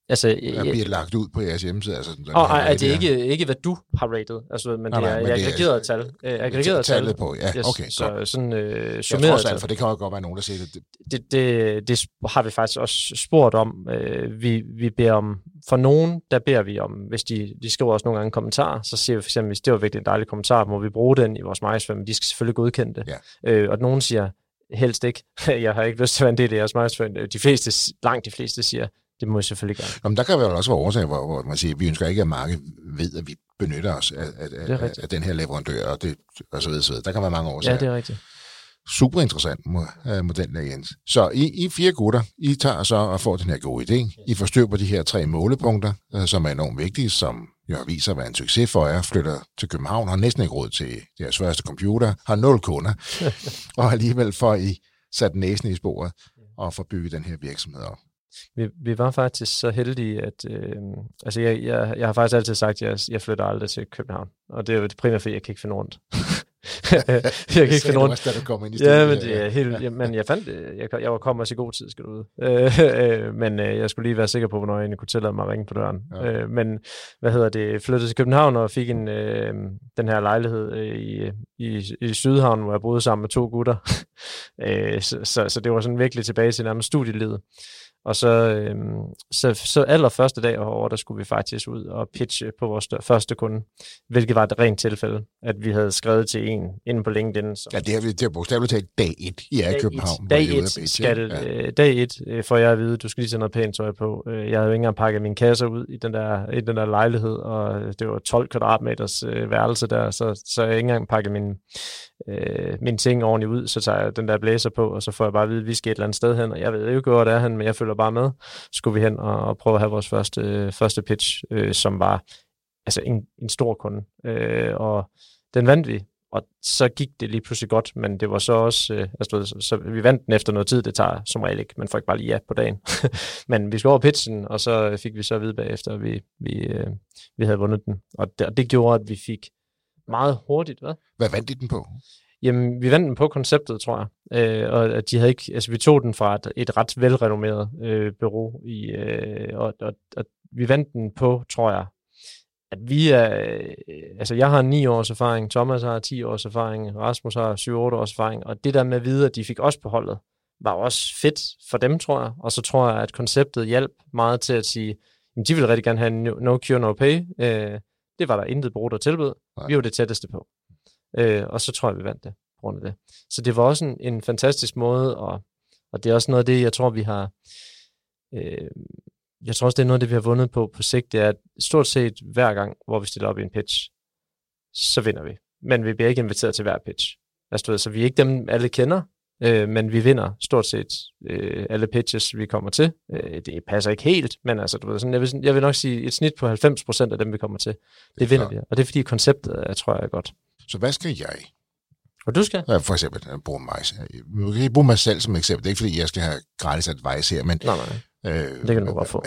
Altså, der bliver lagt ud på jeres hjemmeside. Altså, og ej, det er ikke, ikke, hvad du har rated, altså, men nej, det er aggregeret tal. Aggregeret tal. På, ja, yes, okay, så godt. Sådan øh, summeret. Ja, trods alt, for det kan jo godt være nogen, der siger det. Det, det, det har vi faktisk også spurgt om. Øh, vi, vi beder om, for nogen, der beder vi om, hvis de, de skriver også nogle gange kommentarer, så siger vi for eksempel, hvis det var virkelig en dejlig kommentar, må vi bruge den i vores markedsføring, men de skal selvfølgelig godkende det. Ja. Øh, og nogen siger, helst ikke. Jeg har ikke lyst til at være en del af jeres markedsføring. De fleste, langt de fleste siger, det må jeg selvfølgelig gøre. Jamen, der kan vel også være årsager, hvor, hvor man siger, at vi ønsker ikke, at markedet ved, at vi benytter os af, af, af, af den her leverandør, og, det, og så videre, så videre. Der kan være mange årsager. Ja, det er rigtigt. Super interessant model der, Jens. Så I, I fire gutter, I tager så og får den her gode idé. I får styr på de her tre målepunkter, som er enormt vigtige, som jo viser at være en succes for jer. Flytter til København, har næsten ikke råd til deres første computer, har nul kunder, og alligevel får I sat næsen i sporet og får bygget den her virksomhed op. Vi, vi var faktisk så heldige, at øh, altså jeg, jeg, jeg har faktisk altid sagt, at jeg, jeg flytter aldrig til København. Og det er jo det primært, fordi jeg kan ikke finde rundt. jeg kan ikke finde rundt. Også, da du kom ind i ja, men det er helt, ja, men jeg fandt jeg, jeg var kommet også i god tid, skal du ud. men øh, jeg skulle lige være sikker på, hvornår jeg egentlig kunne tillade mig at ringe på døren. Ja. Øh, men hvad hedder det, flyttede til København og fik en, øh, den her lejlighed øh, i, i, i Sydhavn, hvor jeg boede sammen med to gutter. øh, så, så, så det var sådan virkelig tilbage til nærmest studielivet. Og så, øhm, så, så allerførste dag over, der skulle vi faktisk ud og pitche på vores første kunde, hvilket var et rent tilfælde, at vi havde skrevet til en inde på LinkedIn. Så. Ja, det har vi til bogstaveligt talt dag et i dag København. Et, dag et, skal det, ja. dag et øh, får jeg at vide, du skal lige tage noget pænt tøj på. Jeg havde jo ikke engang pakket mine kasser ud i den der, i den der lejlighed, og det var tolv kvadratmeters øh, værelse der, så, så jeg ikke engang pakket mine, øh, mine ting ordentligt ud, så tager jeg den der blæser på, og så får jeg bare at vide, at vi skal et eller andet sted hen, og jeg ved jo ikke, hvor det er hen, men jeg følger bare med. Så skulle vi hen og, og prøve at have vores første, øh, første pitch, øh, som var altså en, en stor kunde, øh, og den vandt vi, og så gik det lige pludselig godt, men det var så også, øh, altså, så, så vi vandt den efter noget tid, det tager som regel ikke, man får ikke bare lige ja på dagen. Men vi skulle over pitchen, og så fik vi så at vide bagefter, at vi, vi, øh, vi havde vundet den, og det, og det gjorde, at vi fik meget hurtigt, hvad? Hvad vandt I den på? Jamen, vi vandt den på konceptet, tror jeg. Øh, og at de havde ikke, altså vi tog den fra et, et ret velrenommeret øh, bureau, i, øh, og, og, og vi vandt den på, tror jeg, at vi er, øh, altså jeg har ni års erfaring, Thomas har ti års erfaring, Rasmus har syv otte års erfaring, og det der med at vide, at de fik os på holdet, var også fedt for dem, tror jeg. Og så tror jeg, at konceptet hjalp meget til at sige, jamen, de ville rigtig gerne have en no, no cure, no pay. Øh, det var der intet bureau, der tilbød. Vi var det tætteste på. Øh, og så tror jeg, vi vandt det på grund af det. Så det var også en, en fantastisk måde, og, og det er også noget af det, jeg tror, vi har... Øh, jeg tror også, det er noget af det, vi har vundet på på sigt, det er, at stort set hver gang, hvor vi stiller op i en pitch, så vinder vi. Men vi bliver ikke inviteret til hver pitch. Altså, så vi er ikke dem, alle kender, øh, men vi vinder stort set øh, alle pitches, vi kommer til. Øh, det passer ikke helt, men altså, du ved, sådan, jeg, vil, jeg vil nok sige, et snit på halvfems procent af dem, vi kommer til, det, det vinder vi. Og det er fordi konceptet, jeg tror jeg, er godt. Så hvad skal jeg? Og du skal? Ja, for eksempel, jeg bruger mig. Jeg kan ikke bruge mig selv som eksempel. Det er ikke fordi, jeg skal have gratis advice her, men... Nej, nej. Øh, det kan du godt få.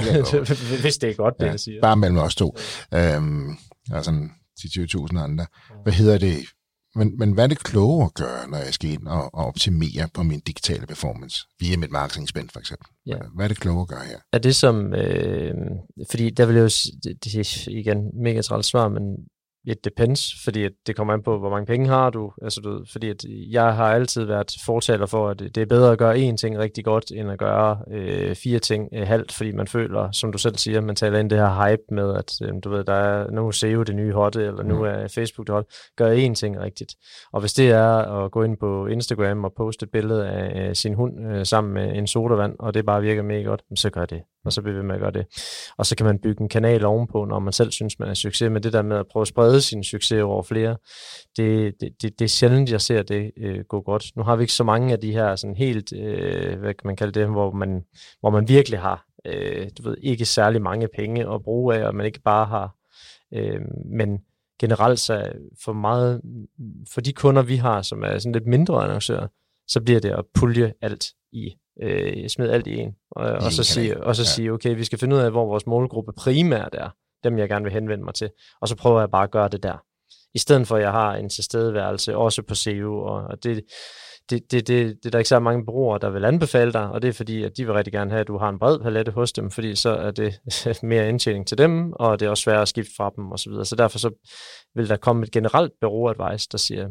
Hvis det er godt, det ja, jeg siger. Bare mellem os to. Øhm, der er sådan ti til tyve tusind andre. Hvad hedder det? Men, men hvad er det kloge at gøre, når jeg skal ind og, og optimere på min digitale performance? Via mit marketingspend for eksempel. Ja. Hvad er det kloge at gøre her? Er det som... Øh, fordi der vil jeg jo... Det, det er igen mega træls svar, men... It depends, fordi det kommer an på, hvor mange penge har du. Altså, du, fordi at jeg har altid været fortaler for, at det er bedre at gøre én ting rigtig godt, end at gøre øh, fire ting øh, halvt, fordi man føler, som du selv siger, man taler ind det her hype med, at øh, du ved, der er nu S E O det nye hotte, eller nu er Facebook det hotte. Gør én ting rigtigt. Og hvis det er at gå ind på Instagram og poste et billede af øh, sin hund øh, sammen med en sodavand, og det bare virker mega godt, så gør det. Og så bliver vi med at gøre det. Og så kan man bygge en kanal ovenpå, når man selv synes, man er succes. Men det der med at prøve at sprede sin succes over flere, det, det, det, det er sjældent, jeg ser det øh, gå godt. Nu har vi ikke så mange af de her sådan helt, øh, hvad kan man kalde det, hvor man, hvor man virkelig har, øh, du ved, ikke særlig mange penge at bruge af, og man ikke bare har. Øh, men generelt så for meget, for de kunder, vi har, som er sådan lidt mindre annoncører, så bliver det at pulje alt i. Øh, smid alt i en, og, og så, sige, og så ja. sige, okay, vi skal finde ud af, hvor vores målgruppe primært er, dem jeg gerne vil henvende mig til, og så prøver jeg bare at gøre det der. I stedet for, at jeg har en tilstedeværelse, også på S E O, og det, det, det, det, det er der ikke så mange bureauer, der vil anbefale dig, og det er fordi, at de vil rigtig gerne have, at du har en bred palette hos dem, fordi så er det mere indtjening til dem, og det er også sværere at skifte fra dem osv. Så, så derfor så vil der komme et generelt bureau-advice, der siger,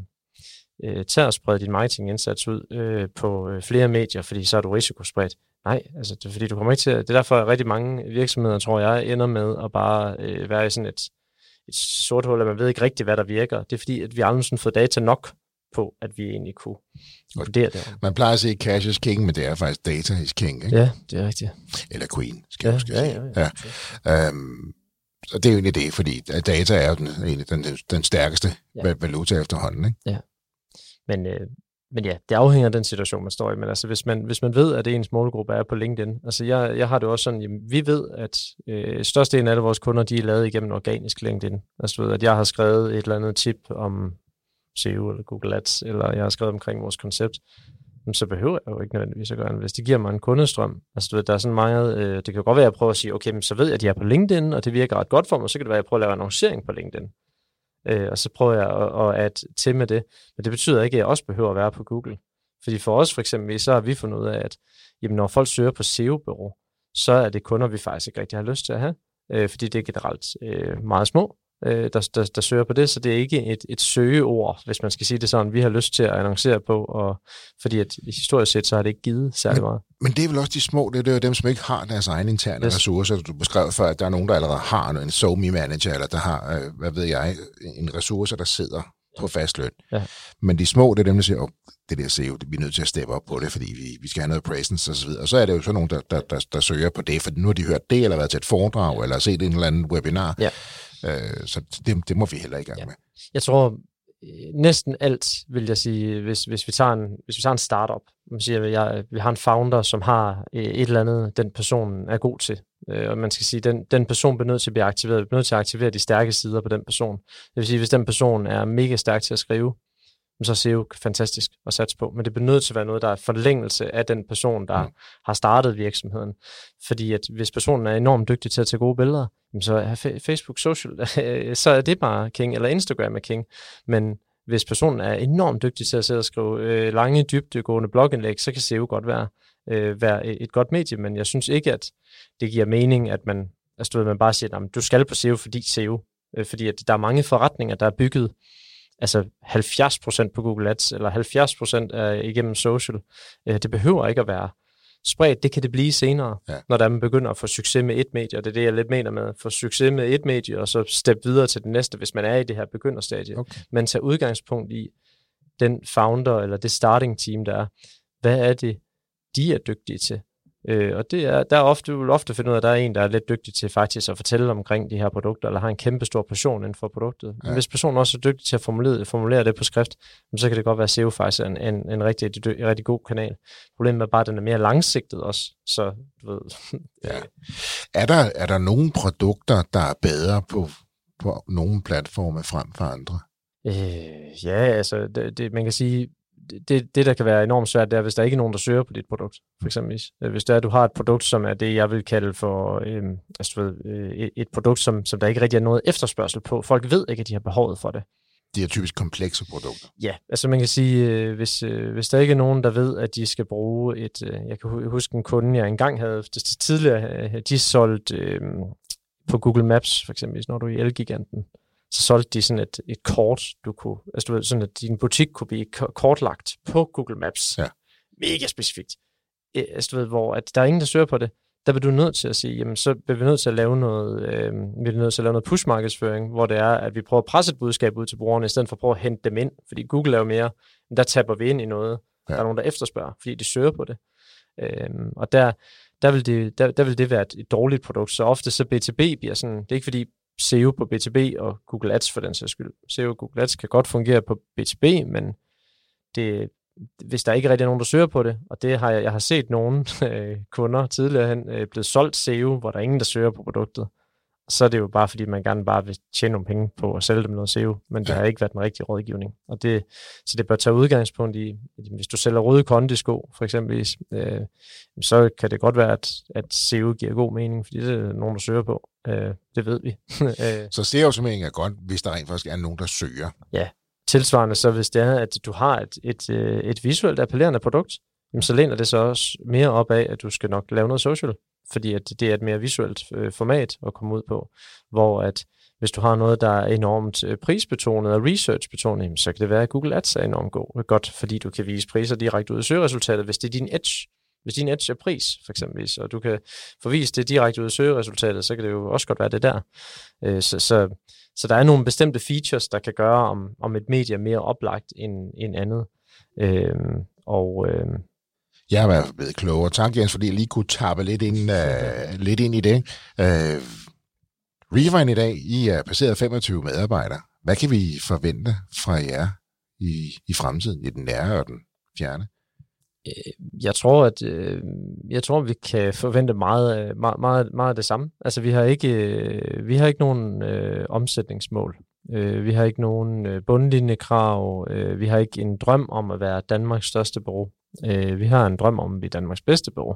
øh, tag og spred din marketingindsats ud øh, på øh, flere medier, fordi så er du risikospredt. Nej, altså det er fordi, du kommer ikke til at, det er derfor, at rigtig mange virksomheder, tror jeg, ender med at bare øh, være i sådan et, et sort hul, at man ved ikke rigtigt, hvad der virker. Det er fordi, at vi aldrig sådan fået data nok på, at vi egentlig kunne vurdere det. Man plejer at sige cash is king, men det er faktisk data is king, ikke? Ja, det er rigtigt. Eller queen, skal jeg ja, måske ja, sige. Ja, ja, ja. Øhm, så det er jo egentlig det, fordi data er jo den, den, den stærkeste ja. valuta efterhånden, ikke? Ja, men, øh, men ja, det afhænger af den situation, man står i. Men altså, hvis man, hvis man ved, at ens målgruppe er på LinkedIn, altså jeg, jeg har det også sådan, jamen, vi ved, at øh, størstedelen af alle vores kunder, de er lavet igennem organisk LinkedIn. Altså, ved, at jeg har skrevet et eller andet tip om S E O eller Google Ads, eller jeg har skrevet omkring vores koncept, så behøver jeg jo ikke nødvendigvis at gøre det. Hvis det giver mig en kundestrøm, altså du ved, der er sådan meget, øh, det kan godt være, at jeg prøver at sige, okay, men så ved jeg, at de er på LinkedIn, og det virker ret godt for mig, så kan det være, at jeg prøver at lave annoncering på LinkedIn. Øh, og så prøver jeg at, at add til med det. Men det betyder ikke, at jeg også behøver at være på Google. Fordi for os for eksempel, så har vi fundet ud af, at jamen, når folk søger på S E O-bureau, så er det kunder, vi faktisk ikke rigtig har lyst til at have, øh, fordi det er generelt øh, meget små, øh, der, der, der søger på det, så det er ikke et, et søgeord, hvis man skal sige det sådan, vi har lyst til at annoncere på, og fordi at historisk set, så har det ikke givet særlig meget. Men, men det er vel også de små, det er jo dem, som ikke har deres egne interne yes. ressourcer. Du beskrev før, at der er nogen, der allerede har en SoMe manager, eller der har, øh, hvad ved jeg, en ressource, der sidder på fastløn. Ja. Men de små, det er dem, der siger, oh, det der S E O, vi er nødt til at steppe op på det, fordi vi, vi skal have noget presence og så videre. Og så er det jo sådan nogen, der, der, der, der søger på det, for nu har de hørt det, eller været til et foredrag, eller set en eller anden webinar. Ja. Øh, så det, det må vi heller ikke gang ja. med. Jeg tror, næsten alt, vil jeg sige, hvis, hvis, vi, tager en, hvis vi tager en startup, man siger, at jeg, vi har en founder, som har et eller andet, den person er god til. Og man skal sige, at den, den person bliver nødt til at blive aktiveret. Vi bliver nødt til at aktivere de stærke sider på den person. Det vil sige, hvis den person er mega stærk til at skrive, så er S E O fantastisk at satse på. Men det bliver nødt til at være noget, der er forlængelse af den person, der mm. har startet virksomheden. Fordi at hvis personen er enormt dygtig til at tage gode billeder, så er Facebook Social, så er det bare king, eller Instagram er king. Men hvis personen er enormt dygtig til at sidde og skrive øh, lange, dybdegående blogindlæg, så kan S E O godt være, øh, være et godt medie, men jeg synes ikke, at det giver mening, at man, altså, at man bare siger, at du skal på S E O, fordi S E O. Øh, fordi at der er mange forretninger, der er bygget altså halvfjerds procent på Google Ads, eller halvfjerds procent er igennem social. Øh, det behøver ikke at være spredt, det kan det blive senere, ja. når der man begynder at få succes med et medie, og det er det, jeg lidt mener med, få succes med et medie, og så step videre til det næste, hvis man er i det her begynderstadie. Okay. Men tage udgangspunkt i den founder, eller det starting team, der er. Hvad er det, de er dygtige til? Øh, og det er, der er ofte, du vil ofte finde ud af, at der er en, der er lidt dygtig til faktisk at fortælle omkring de her produkter, eller har en kæmpe stor passion inden for produktet. Ja. Men hvis personen også er dygtig til at formulere, formulere det på skrift, så kan det godt være, at S E O faktisk er en, en, en, rigtig, en rigtig god kanal. Problemet er bare, at den er mere langsigtet også. Så, du ved, ja. er, der, er der nogle produkter, der er bedre på, på nogle platforme frem for andre? Øh, ja, altså, det, det, man kan sige, Det, det, der kan være enormt svært, det er, hvis der ikke er nogen, der søger på dit produkt, for eksempel. Hvis det er, at du har et produkt, som er det, jeg vil kalde for øhm, altså, ved, øh, et produkt, som, som der ikke rigtig er noget efterspørgsel på. Folk ved ikke, at de har behovet for det. De er typisk komplekse produkter. Ja, altså man kan sige, øh, hvis, øh, hvis der ikke er nogen, der ved, at de skal bruge et... Øh, jeg kan huske en kunde, jeg engang havde tidligere, øh, de solgte øh, på Google Maps, for eksempel, når du er i Elgiganten, så solgte de sådan et, et kort, du kunne, altså du ved, sådan at din butik kunne blive kortlagt på Google Maps. Ja. Mega specifikt. Altså du ved, hvor at der er ingen, der søger på det. Der vil du nødt til at sige, jamen så bliver vi nødt til at lave noget, øh, vi er nødt til at lave noget push-markedsføring, hvor det er, at vi prøver at presse et budskab ud til brugerne, i stedet for at prøve at hente dem ind. Fordi Google er jo mere, der tapper vi ind i noget. Ja. Der er nogen, der efterspørger, fordi de søger på det. Øh, og der, der, vil det, der, der vil det være et, et dårligt produkt. Så ofte så B to B bliver sådan, det er ikke fordi, S E O på B to B og Google Ads for den sags skyld. S E O og Google Ads kan godt fungere på B to B, men det, hvis der ikke rigtig er nogen, der søger på det, og det har jeg, jeg har set nogle øh, kunder tidligere hen øh, blevet solgt S E O, hvor der er ingen, der søger på produktet, så er det jo bare, fordi man gerne bare vil tjene nogle penge på at sælge dem noget S E O, men det ja. har ikke været den rigtige rådgivning. Og det, så det bør tage udgangspunkt i, hvis du sælger røde kondisko, for eksempel, øh, så kan det godt være, at, at S E O giver god mening, fordi det er nogen, der søger på. Øh, det ved vi. Så S E O-optimering er godt, hvis der rent faktisk er nogen, der søger. Ja, tilsvarende så, hvis det er, at du har et, et, et visuelt appellerende produkt, jamen, så læner det så også mere op af, at du skal nok lave noget social, fordi at det er et mere visuelt øh, format at komme ud på, hvor at hvis du har noget, der er enormt øh, prisbetonet og researchbetonet, så kan det være, at Google Ads er enormt god, godt, fordi du kan vise priser direkte ud i søgeresultatet, hvis det er din edge. Hvis din edge er pris, for eksempel, og du kan forvise det direkte ud i søgeresultatet, så kan det jo også godt være det der. Øh, så, så, så der er nogle bestemte features, der kan gøre, om, om et medie er mere oplagt end, end andet. Øh, og... Øh, Jeg har været blevet klogere. Tak, Jens, fordi jeg lige kunne tappe lidt ind, uh, lidt ind i det. Uh, Refine i dag, I er passeret femogtyve medarbejdere. Hvad kan vi forvente fra jer i, i fremtiden, i den nære og den fjerne? Jeg tror, at jeg tror, vi kan forvente meget, meget, meget, meget af det samme. Altså, vi har ikke, vi har ikke nogen øh, omsætningsmål. Vi har ikke nogen bundlinjekrav. Vi har ikke en drøm om at være Danmarks største bureau. Vi har en drøm om at blive Danmarks bedste bureau.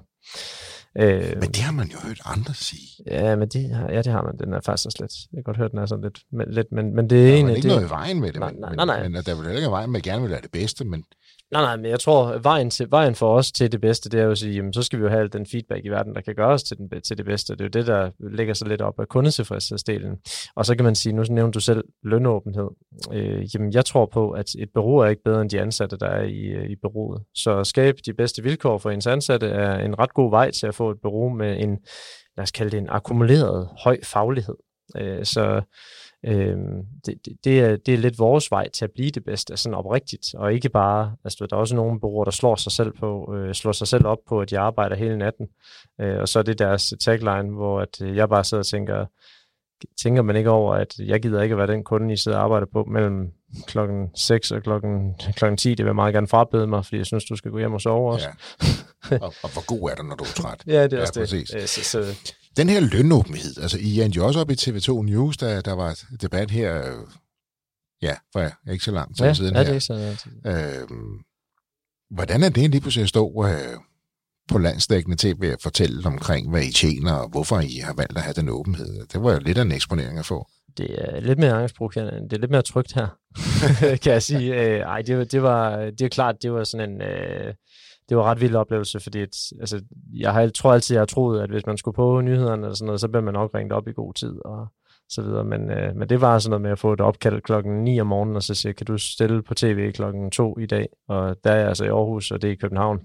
Men det har man jo hørt andre sige. Ja, men det, ja, det har man. Den er faktisk også lidt. Jeg kan godt høre, den er sådan lidt. Men, lidt, men, men det er der en er af ikke det. noget i vejen med det. Nej, men, nej, nej, nej. Men, men der vil ikke vejen med, at gerne vil være det bedste, men... Nej, nej, men jeg tror, at vejen, til, vejen for os til det bedste, det er jo at sige, jamen, så skal vi jo have al den feedback i verden, der kan gøre os til, den, til det bedste. Det er jo det, der ligger så lidt op af kundetilfredshedsdelen. Og så kan man sige, nu nævnte du selv lønåbenhed. Øh, jamen, jeg tror på, at et bureau er ikke bedre end de ansatte, der er i, i bureauet. Så at skabe de bedste vilkår for ens ansatte er en ret god vej til at få et bureau med en, lad os kalde det en akkumuleret høj faglighed. Øh, så Øhm, det, det, er, det er lidt vores vej til at blive det bedste, sådan oprigtigt, og ikke bare, altså der er også nogle bureauer, der slår sig selv på, øh, slår sig selv op på, at de arbejder hele natten, øh, og så er det deres tagline, hvor at, øh, jeg bare sidder og tænker, tænker man ikke over, at jeg gider ikke at være den kunde, I sidder og arbejder på mellem klokken seks og klokken, klokken ti, det vil jeg meget gerne frabede mig, fordi jeg synes, du skal gå hjem og sove også. Ja. og, og hvor god er du, når du er træt? Ja, det er ja, også præcis. det. Så, så, Den her lønåbenhed, altså I endte jo også op i T V to News, der, der var et debat her, øh, ja, for ikke så lang tid ja, siden ja, her. Det er så, ja. Øh, hvordan er det lige pludselig at stå øh, på landsdækkende tv og fortælle omkring, hvad I tjener, og hvorfor I har valgt at have den åbenhed? Det var jo lidt af en eksponering at få. Det er lidt mere angstprovokerende, det er lidt mere trygt her, kan jeg sige. Øh, ej, det, det, var, det er klart, det var sådan en... Øh, Det var en ret vild oplevelse, fordi et, altså, jeg har, tror altid, jeg har troet, at hvis man skulle på nyhederne eller sådan noget, så bliver man nok ringet op i god tid og så videre. Men, øh, men det var sådan noget med at få et opkald klokken ni om morgenen, og så siger, kan du stille på tv klokken to i dag? Og der er jeg altså i Aarhus, og det er i København.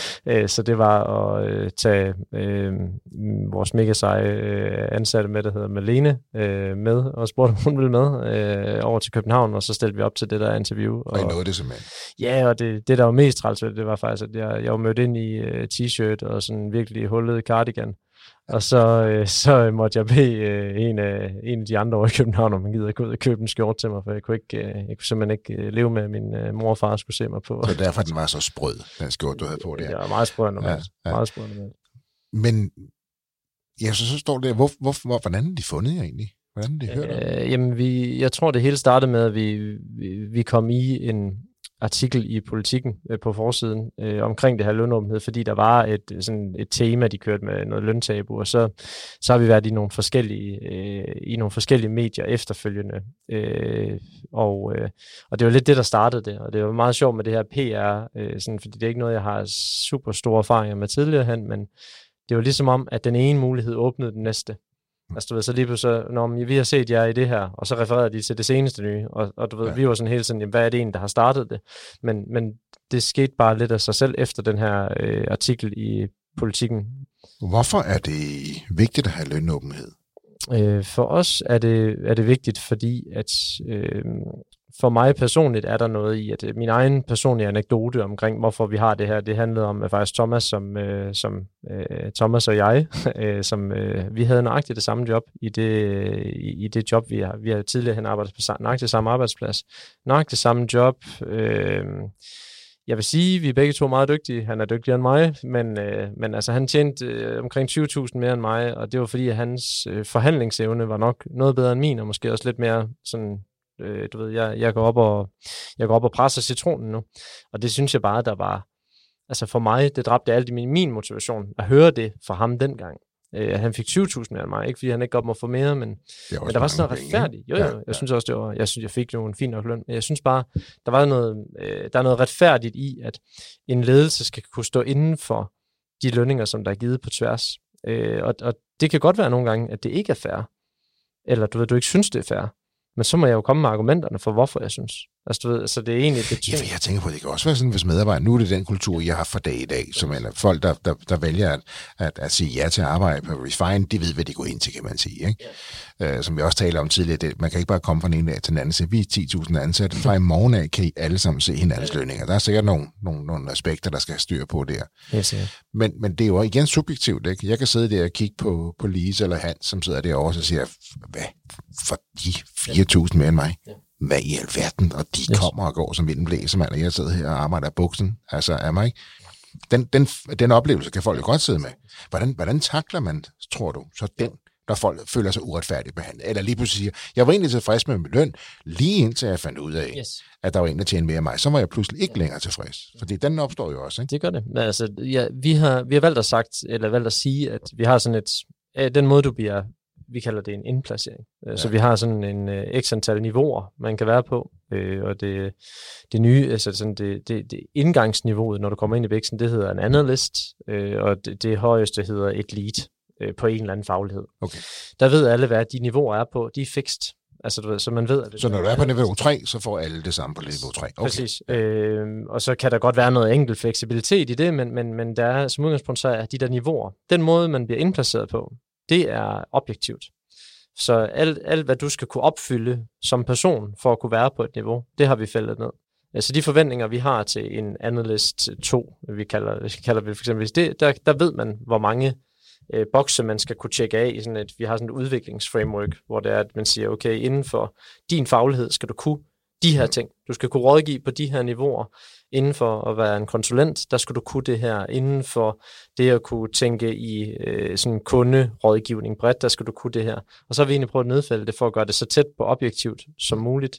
Så det var at øh, tage øh, vores mega seje øh, ansatte med, der hedder Malene, øh, med, og spurgte, om hun ville med øh, over til København, og så stillede vi op til det der interview. Og, og I nåede det simpelthen? Ja, og det, det der var mest træls ved det, var faktisk, at jeg, jeg var mødt ind i uh, t-shirt og sådan virkelig hullet cardigan. Og så, øh, så måtte jeg bede øh, en, af, en af de andre over i København, om man gider gå ud og købe en skjorte til mig, for jeg kunne, ikke, øh, jeg kunne simpelthen ikke øh, leve med, at min øh, mor og far skulle se mig på. Så derfor den var så sprød, den skjorte, du havde på der. Det var meget sprød normalt. Ja, ja. Meget sprød normalt. Men ja, så, så står det, hvor, hvor, hvor, hvordan er de fundet jer egentlig? Hvordan er de hørt om? Øh, jamen, vi, jeg tror, det hele startede med, at vi, vi, vi kom i en artikel i Politikken øh, på forsiden øh, omkring det her lønåbenhed, fordi der var et, sådan et tema, de kørte med noget løntabu, og så, så har vi været i nogle forskellige, øh, i nogle forskellige medier efterfølgende, øh, og, øh, og det var lidt det, der startede det, og det var meget sjovt med det her P R, øh, sådan, fordi det er ikke noget, jeg har super store erfaringer med tidligere hen, men det var ligesom om, at den ene mulighed åbnede den næste. Altså du ved, så lige pludselig, når vi har set jer i det her, og så refererede de til det seneste nye, og, og du ved, ja. Vi var sådan hele tiden, jamen, hvad er det en, der har startet det? Men, men det skete bare lidt af sig selv efter den her øh, artikel i Politikken. Hvorfor er det vigtigt at have lønåbenhed? Øh, for os er det, er det vigtigt, fordi at øh, for mig personligt er der noget i, at min egen personlige anekdote omkring, hvorfor vi har det her, det handlede om at faktisk Thomas, som, øh, som øh, Thomas og jeg, øh, som øh, vi havde nøjagtigt det samme job i det, i, i det job, vi har. Vi har tidligere hen arbejdet på nøjagtigt samme arbejdsplads. Nøjagtigt samme job. Øh, Jeg vil sige, at vi er begge to meget dygtige. Han er dygtigere end mig, men, øh, men altså, han tjente øh, omkring tyve tusind mere end mig, og det var fordi, at hans øh, forhandlingsevne var nok noget bedre end min, og måske også lidt mere sådan, øh, du ved, jeg, jeg, går op og, jeg går op og presser citronen nu. Og det synes jeg bare, der var, altså for mig, det dræbte alt i min, min motivation, at høre det fra ham dengang. Øh, han fik tyve tusind mere end mig, ikke fordi han ikke godt må få mere, men, men der var sådan noget retfærdigt. Jo, jo, ja, ja. Jeg synes også, det var, jeg synes, jeg fik jo en fin nok løn, men jeg synes bare, der var noget, øh, der er noget retfærdigt i, at en ledelse skal kunne stå inden for de lønninger, som der er givet på tværs. Øh, og, og det kan godt være nogle gange, at det ikke er fair, eller du ved, du ikke synes, det er fair. Men så må jeg jo komme med argumenterne for, hvorfor jeg synes. Altså, du ved, altså det er egentlig det ting. Ja, jeg tænker på, det kan også være sådan, hvis medarbejdere, nu er det den kultur, jeg har for dag i dag, som er folk, der, der, der vælger at, at, at sige ja til at arbejde på Refine, de ved, hvad de går ind til, kan man sige. Ikke? Yeah. Uh, som vi også talte om tidligere, det, man kan ikke bare komme fra en dag til den anden, så vi er ti tusind ansatte, fra i morgen af kan I alle sammen se hinandens lønninger. Der er sikkert nogle, nogle, nogle aspekter, der skal styre på der. Yes, yeah. men, men det er jo igen subjektivt. Ikke? Jeg kan sidde der og kigge på, på Lise eller Hans, som sidder derovre og siger, hvad for de fire tusind mere end mig? Yeah. Hvad i alverden, og de yes. kommer og går som vinden blæser, mand, og jeg sidder her og arbejder af buksen, altså af mig. Den, den, den oplevelse kan folk jo godt sidde med. Hvordan, hvordan takler man, tror du, så den, der folk føler sig uretfærdigt behandlet? Eller lige pludselig siger, jeg var egentlig tilfreds med min løn, lige indtil jeg fandt ud af, yes. at der var en, der tjente mere end mig. Så var jeg pludselig ikke længere tilfreds. Fordi den opstår jo også, ikke? Det gør det. Men altså, ja, vi, har, vi har valgt at sagt, eller valgt at sige, at vi har sådan et, den måde, du bliver, vi kalder det en indplacering. Ja. Så vi har sådan en uh, x antal niveauer, man kan være på, øh, og det, det nye, altså sådan det, det, det indgangsniveauet, når du kommer ind i væksten, det hedder en analyst, øh, og det, det højeste hedder et lead øh, på en eller anden faglighed. Okay. Der ved alle, hvad de niveauer er på, de er fixed. Altså, du ved, så man ved, at det så når du er på niveau tre, så får alle det samme på niveau tre? Okay. Præcis. Øh, og så kan der godt være noget enkelt fleksibilitet i det, men, men, men der er som udgangspunkt, så er de der niveauer. Den måde, man bliver indplaceret på, det er objektivt. Så alt, alt, hvad du skal kunne opfylde som person for at kunne være på et niveau, det har vi fældet ned. Altså de forventninger, vi har til en analyst to, vi kalder, vi kalder det for eksempel, det, der, der ved man, hvor mange øh, bokse man skal kunne tjekke af i sådan et, vi har sådan et udviklingsframework, hvor det er, at man siger, okay, inden for din faglighed skal du kunne de her ting. Du skal kunne rådgive på de her niveauer. Inden for at være en konsulent, der skal du kunne det her. Inden for det at kunne tænke i øh, sådan kunderådgivning bredt, der skal du kunne det her. Og så har vi egentlig prøvet at nedfælde det for at gøre det så tæt på objektivt som muligt.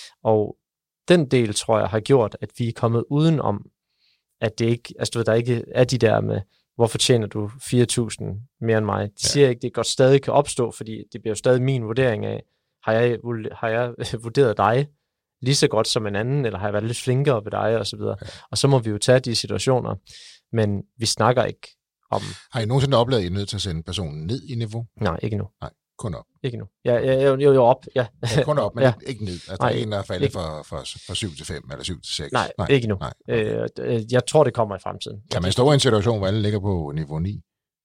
Og den del, tror jeg, har gjort, at vi er kommet udenom, at det ikke, altså du ved, der ikke er de der med, hvorfor tjener du fire tusind mere end mig? De siger ikke, det godt stadig kan opstå, fordi det bliver jo stadig min vurdering af, har jeg, har jeg vurderet dig lige så godt som en anden, eller har jeg været lidt flinkere ved dig, og så videre. Ja. Og så må vi jo tage de situationer, men vi snakker ikke om... Har I nogensinde oplevet, at I er nødt til at sende personen ned i niveau? Nej, ikke nu. Nej, kun op. Ikke nu. Ja, ja, jo, jo, op, ja. ja kun op, men ja. ikke ned. Altså, nej, der er en, der er faldet fra, fra, fra syv til fem, eller syv til seks. Nej, Nej. ikke nu. Nej. Okay. Øh, jeg tror, det kommer i fremtiden. Kan man stå i en situation, hvor alle ligger på niveau ni?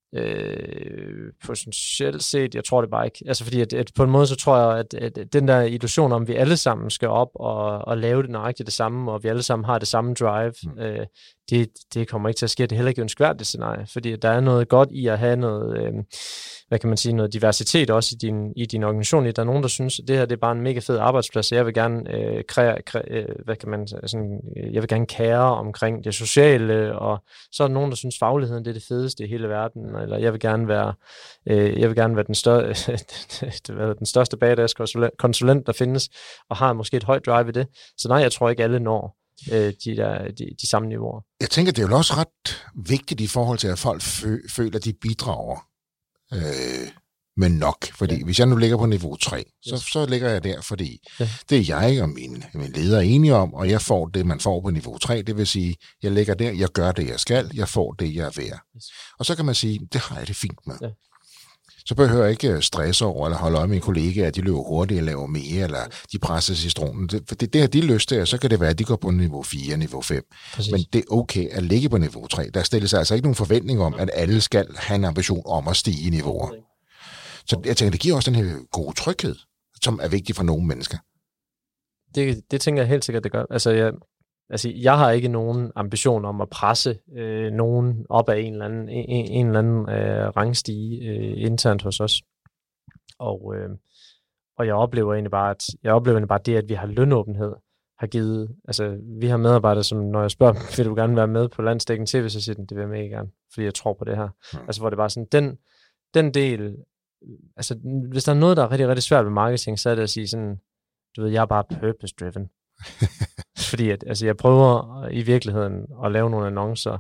Øh, potentielt set, jeg tror det bare ikke. Altså fordi, at, at på en måde, så tror jeg, at, at den der illusion om, vi alle sammen skal op og, og lave det nøjagtigt det samme, og vi alle sammen har det samme drive, mm. øh, det, det kommer ikke til at ske. Det er heller ikke ønskværdigt scenarie, fordi der er noget godt i at have noget, øh, hvad kan man sige, noget diversitet også i din, i din organisation. Der er nogen, der synes, at det her det er bare en mega fed arbejdsplads, så jeg vil gerne øh, krære, kræ, øh, hvad kan man sådan, jeg vil gerne kære omkring det sociale, og så er der nogen, der synes, fagligheden det er det fedeste i hele verden, eller jeg vil gerne være, øh, jeg vil gerne være den, stør- den største badass konsulent, der findes, og har måske et højt drive i det. Så nej, jeg tror ikke alle når øh, de, der, de, de samme niveauer. Jeg tænker, det er jo også ret vigtigt i forhold til, at folk fø- føler, at de bidrager øh, med nok. Fordi ja. hvis jeg nu ligger på niveau tre, så, yes. så ligger jeg der, fordi ja. det er jeg og min, min leder er enige om, og jeg får det, man får på niveau tre. Det vil sige, jeg ligger der, jeg gør det, jeg skal, jeg får det, jeg er værd. Yes. Og så kan man sige, det har jeg det fint med. Ja. Så behøver jeg ikke stresse over, eller holde øje med mine kollegaer, at de løber hurtigt, eller laver mere, eller de presser citronen. Det, det, det har de lyst til, og så kan det være, at de går på niveau fire, niveau fem. Præcis. Men det er okay at ligge på niveau tre. Der stilles altså ikke nogen forventning om, at alle skal have en ambition om at stige i niveauer. Så jeg tænker, det giver også den her gode tryghed, som er vigtig for nogle mennesker. Det, det tænker jeg helt sikkert, det gør. Altså, jeg, altså, jeg har ikke nogen ambition om at presse øh, nogen op af en eller anden, en, en eller anden øh, rangstige øh, internt hos os. Og, øh, og jeg oplever egentlig bare, at jeg oplever egentlig bare det, at vi har lønåbenhed, har givet, altså vi har medarbejdere, som når jeg spørger, vil du gerne være med på landsdækkende T V, så siger den, det vil jeg mega gerne, fordi jeg tror på det her. Mm. Altså hvor det bare sådan, den, den del, altså hvis der er noget, der er rigtig, rigtig svært ved marketing, så er det at sige sådan, du ved, jeg er bare purpose driven. Fordi at, altså jeg prøver i virkeligheden at lave nogle annoncer,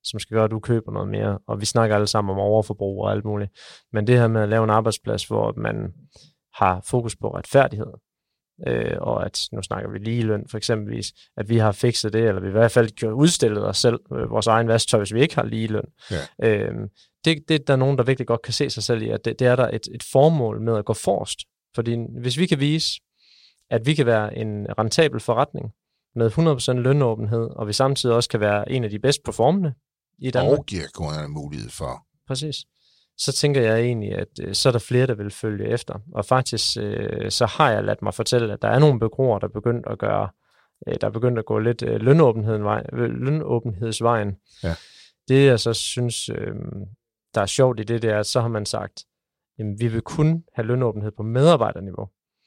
som skal gøre, at du køber noget mere. Og vi snakker alle sammen om overforbrug og alt muligt. Men det her med at lave en arbejdsplads, hvor man har fokus på retfærdighed, øh, og at, nu snakker vi ligeløn for eksempelvis, at vi har fikset det, eller vi i hvert fald udstillet os selv, øh, vores egen vasktøj, hvis vi ikke har ligeløn. Ja. Øh, det, det der er nogen, der virkelig godt kan se sig selv i, at det, det er der et, et formål med at gå forrest. Fordi hvis vi kan vise, at vi kan være en rentabel forretning med hundrede procent lønåbenhed, og vi samtidig også kan være en af de bedst performende i Danmark. Og giver kunderne mulighed for. Præcis. Så tænker jeg egentlig, at øh, så er der flere, der vil følge efter. Og faktisk, øh, så har jeg ladt mig fortælle, at der er nogle bureauer, der er begyndt at gøre, øh, der er begyndt at gå lidt øh, lønåbenhedsvejen. Ja. Det jeg så synes, øh, der er sjovt i det, det er, at så har man sagt, jamen, vi vil kun have lønåbenhed på medarbejderniveau.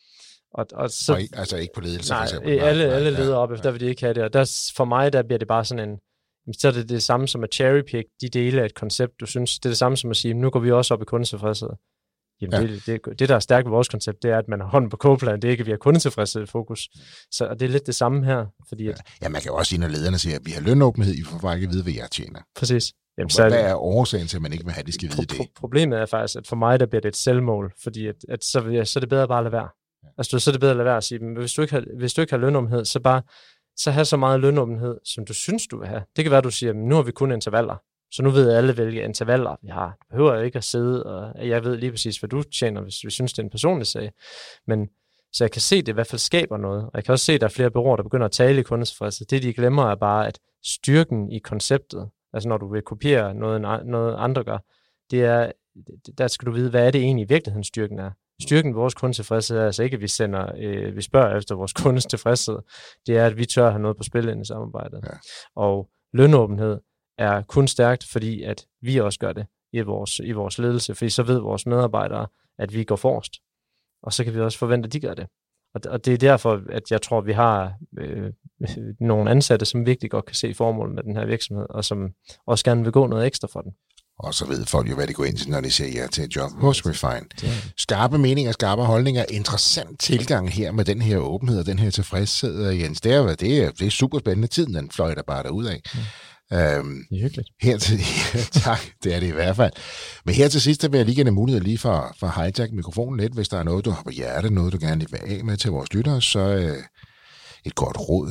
Og, og, så, og ikke, altså ikke på ledelse, nej, for eksempel. Nej, alle, alle ledere op, efter der vil de ikke have det. Og der, for mig, der bliver det bare sådan en, så er det det samme som at cherrypick de dele af et koncept, du synes. Det er det samme som at sige, nu går vi også op i kundetilfredshed. Jamen, ja. det, det, det, der er stærkt ved vores koncept, det er, at man har hånden på kogepladen. Det er ikke, at vi har kundetilfredshed fokus. Så det er lidt det samme her. Fordi at, ja, man kan jo også sige, når lederne siger, at vi har lønåbenhed, I får bare ikke vide, hvad jeg tjener. Præcis. Jamen, hvad, hvad er årsagen til, at man ikke vil have, at de skal vide pro- det? Problemet er faktisk, at for mig, der bliver det et selvmål, fordi at, at så, ja, så er det bedre bare at lade være. Ja. Altså, så er det bedre at lade være at sige, men hvis du ikke har, hvis du ikke har lønåbenhed, så bare så have så meget lønåbenhed, som du synes, du vil have. Det kan være, at du siger, nu har vi kun intervaller, så nu ved alle, hvilke intervaller vi har. Du behøver ikke at sidde, og jeg ved lige præcis, hvad du tjener, hvis vi synes, det er en personlig sag. Men så jeg kan se, at det i hvert fald skaber noget, og jeg kan også se, at der er flere bureauer, der begynder at tale i kundetilfredshed. Det, de glemmer, er bare, at styrken i konceptet, altså når du vil kopiere noget, noget andre gør, det er, der skal du vide, hvad er det egentlig i virkeligheden styrken er. Styrken ved vores kundetilfredshed er altså ikke, at vi sender, øh, vi spørger efter vores kundes tilfredshed. Det er, at vi tør have noget på spil ind i samarbejdet. Ja. Og lønåbenhed er kun stærkt, fordi at vi også gør det i vores, i vores ledelse, fordi så ved vores medarbejdere, at vi går forrest. Og så kan vi også forvente, at de gør det. Og, og det er derfor, at jeg tror, at vi har øh, nogle ansatte, som virkelig godt kan se formålet med den her virksomhed, og som også gerne vil gå noget ekstra for den. Og så ved folk jo, hvad de går ind til, når de siger ja til et job hos Refine. Skarpe meninger, skarpe holdninger, interessant tilgang her med den her åbenhed og den her tilfredshed, Jens. Det er, det er, det er super spændende. Tiden, den fløjter bare derudad. Mm. Øhm, det er hyggeligt. Her til, ja, tak, det er det i hvert fald. Men her til sidst, vil jeg lige give en mulighed lige for, for at hijack mikrofonen lidt, hvis der er noget, du har på hjertet, noget, du gerne vil af med til vores lyttere, så øh, et godt råd,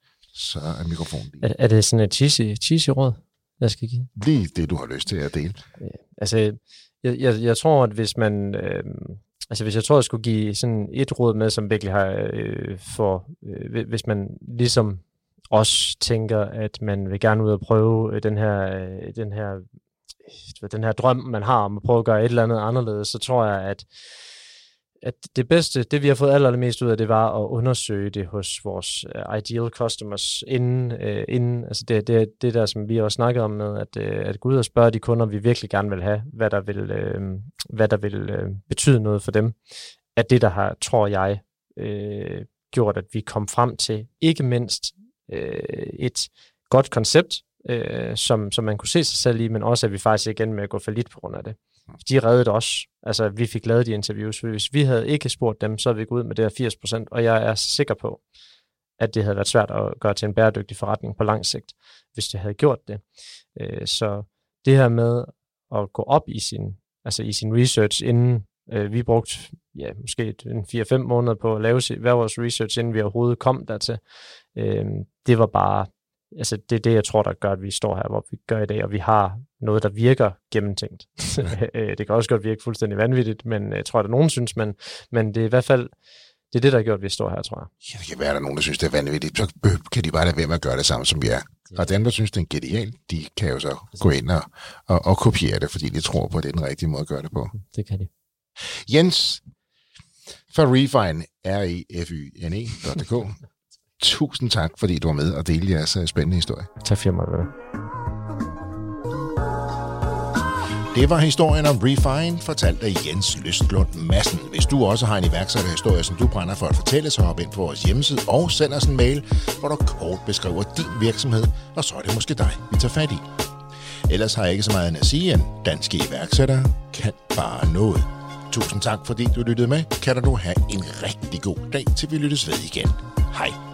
så er mikrofonen lige. Er, er det sådan et cheesy, cheesy råd? Jeg skal give. Lige det, du har lyst til at dele. Ja, altså, jeg, jeg, jeg tror, at hvis man, øh, altså hvis jeg tror, jeg skulle give sådan et råd med, som virkelig har, øh, for, øh, hvis man ligesom også tænker, at man vil gerne ud og prøve den her, øh, den her, øh, den her drøm, man har om at prøve at gøre et eller andet anderledes, så tror jeg, at at det bedste, det vi har fået allermest ud af, det var at undersøge det hos vores uh, ideal customers inden, uh, inden altså det, det, det der, som vi også snakkede om med, at, uh, at gå ud og spørge de kunder, vi virkelig gerne vil have, hvad der vil, uh, hvad der vil uh, betyde noget for dem, at det, der har, tror jeg, uh, gjort, at vi kom frem til ikke mindst uh, et godt koncept, uh, som, som man kunne se sig selv i, men også, at vi faktisk igen med at gå for lidt på grund af det. De reddede os. Altså, vi fik lavet de interviews. Hvis vi havde ikke spurgt dem, så havde vi gået ud med det her firs procent, og jeg er sikker på, at det havde været svært at gøre til en bæredygtig forretning på lang sigt, hvis det havde gjort det. Så det her med at gå op i sin, altså i sin research, inden øh, vi brugte ja, måske en fire fem måneder på at lave hver vores research, inden vi overhovedet kom dertil, øh, det var bare, altså det er det, jeg tror, der gør, at vi står her, hvor vi gør i dag, og vi har noget, der virker gennemtænkt. Det kan også godt virke fuldstændig vanvittigt, men jeg tror, at der nogen synes, men, men det er i hvert fald, det er det, der har gjort, at vi står her, tror jeg. Ja, det kan være, at der er nogen, der synes, det er vanvittigt, så kan de bare lade være med at gøre det samme, som vi er. Og dem, der synes, det er genialt, de kan jo så gå ind og, og, og kopiere det, fordi de tror på, at det er den rigtige måde at gøre det på. Det kan de. Jens fra Refine, R E F Y N E punktum d k. Tusind tak, fordi du var med og delte jeres spændende historie. Tak for mig. Det var historien om Refine, fortalt af Jens Lystlund Madsen. Hvis du også har en iværksætterhistorie, som du brænder for at fortælle, så hop ind på vores hjemmeside og send os en mail, hvor du kort beskriver din virksomhed, og så er det måske dig, vi tager fat i. Ellers har jeg ikke så meget at sige, end danske iværksættere kan bare noget. Tusind tak, fordi du lyttede med. Kan du have en rigtig god dag, til vi lyttes ved igen. Hej.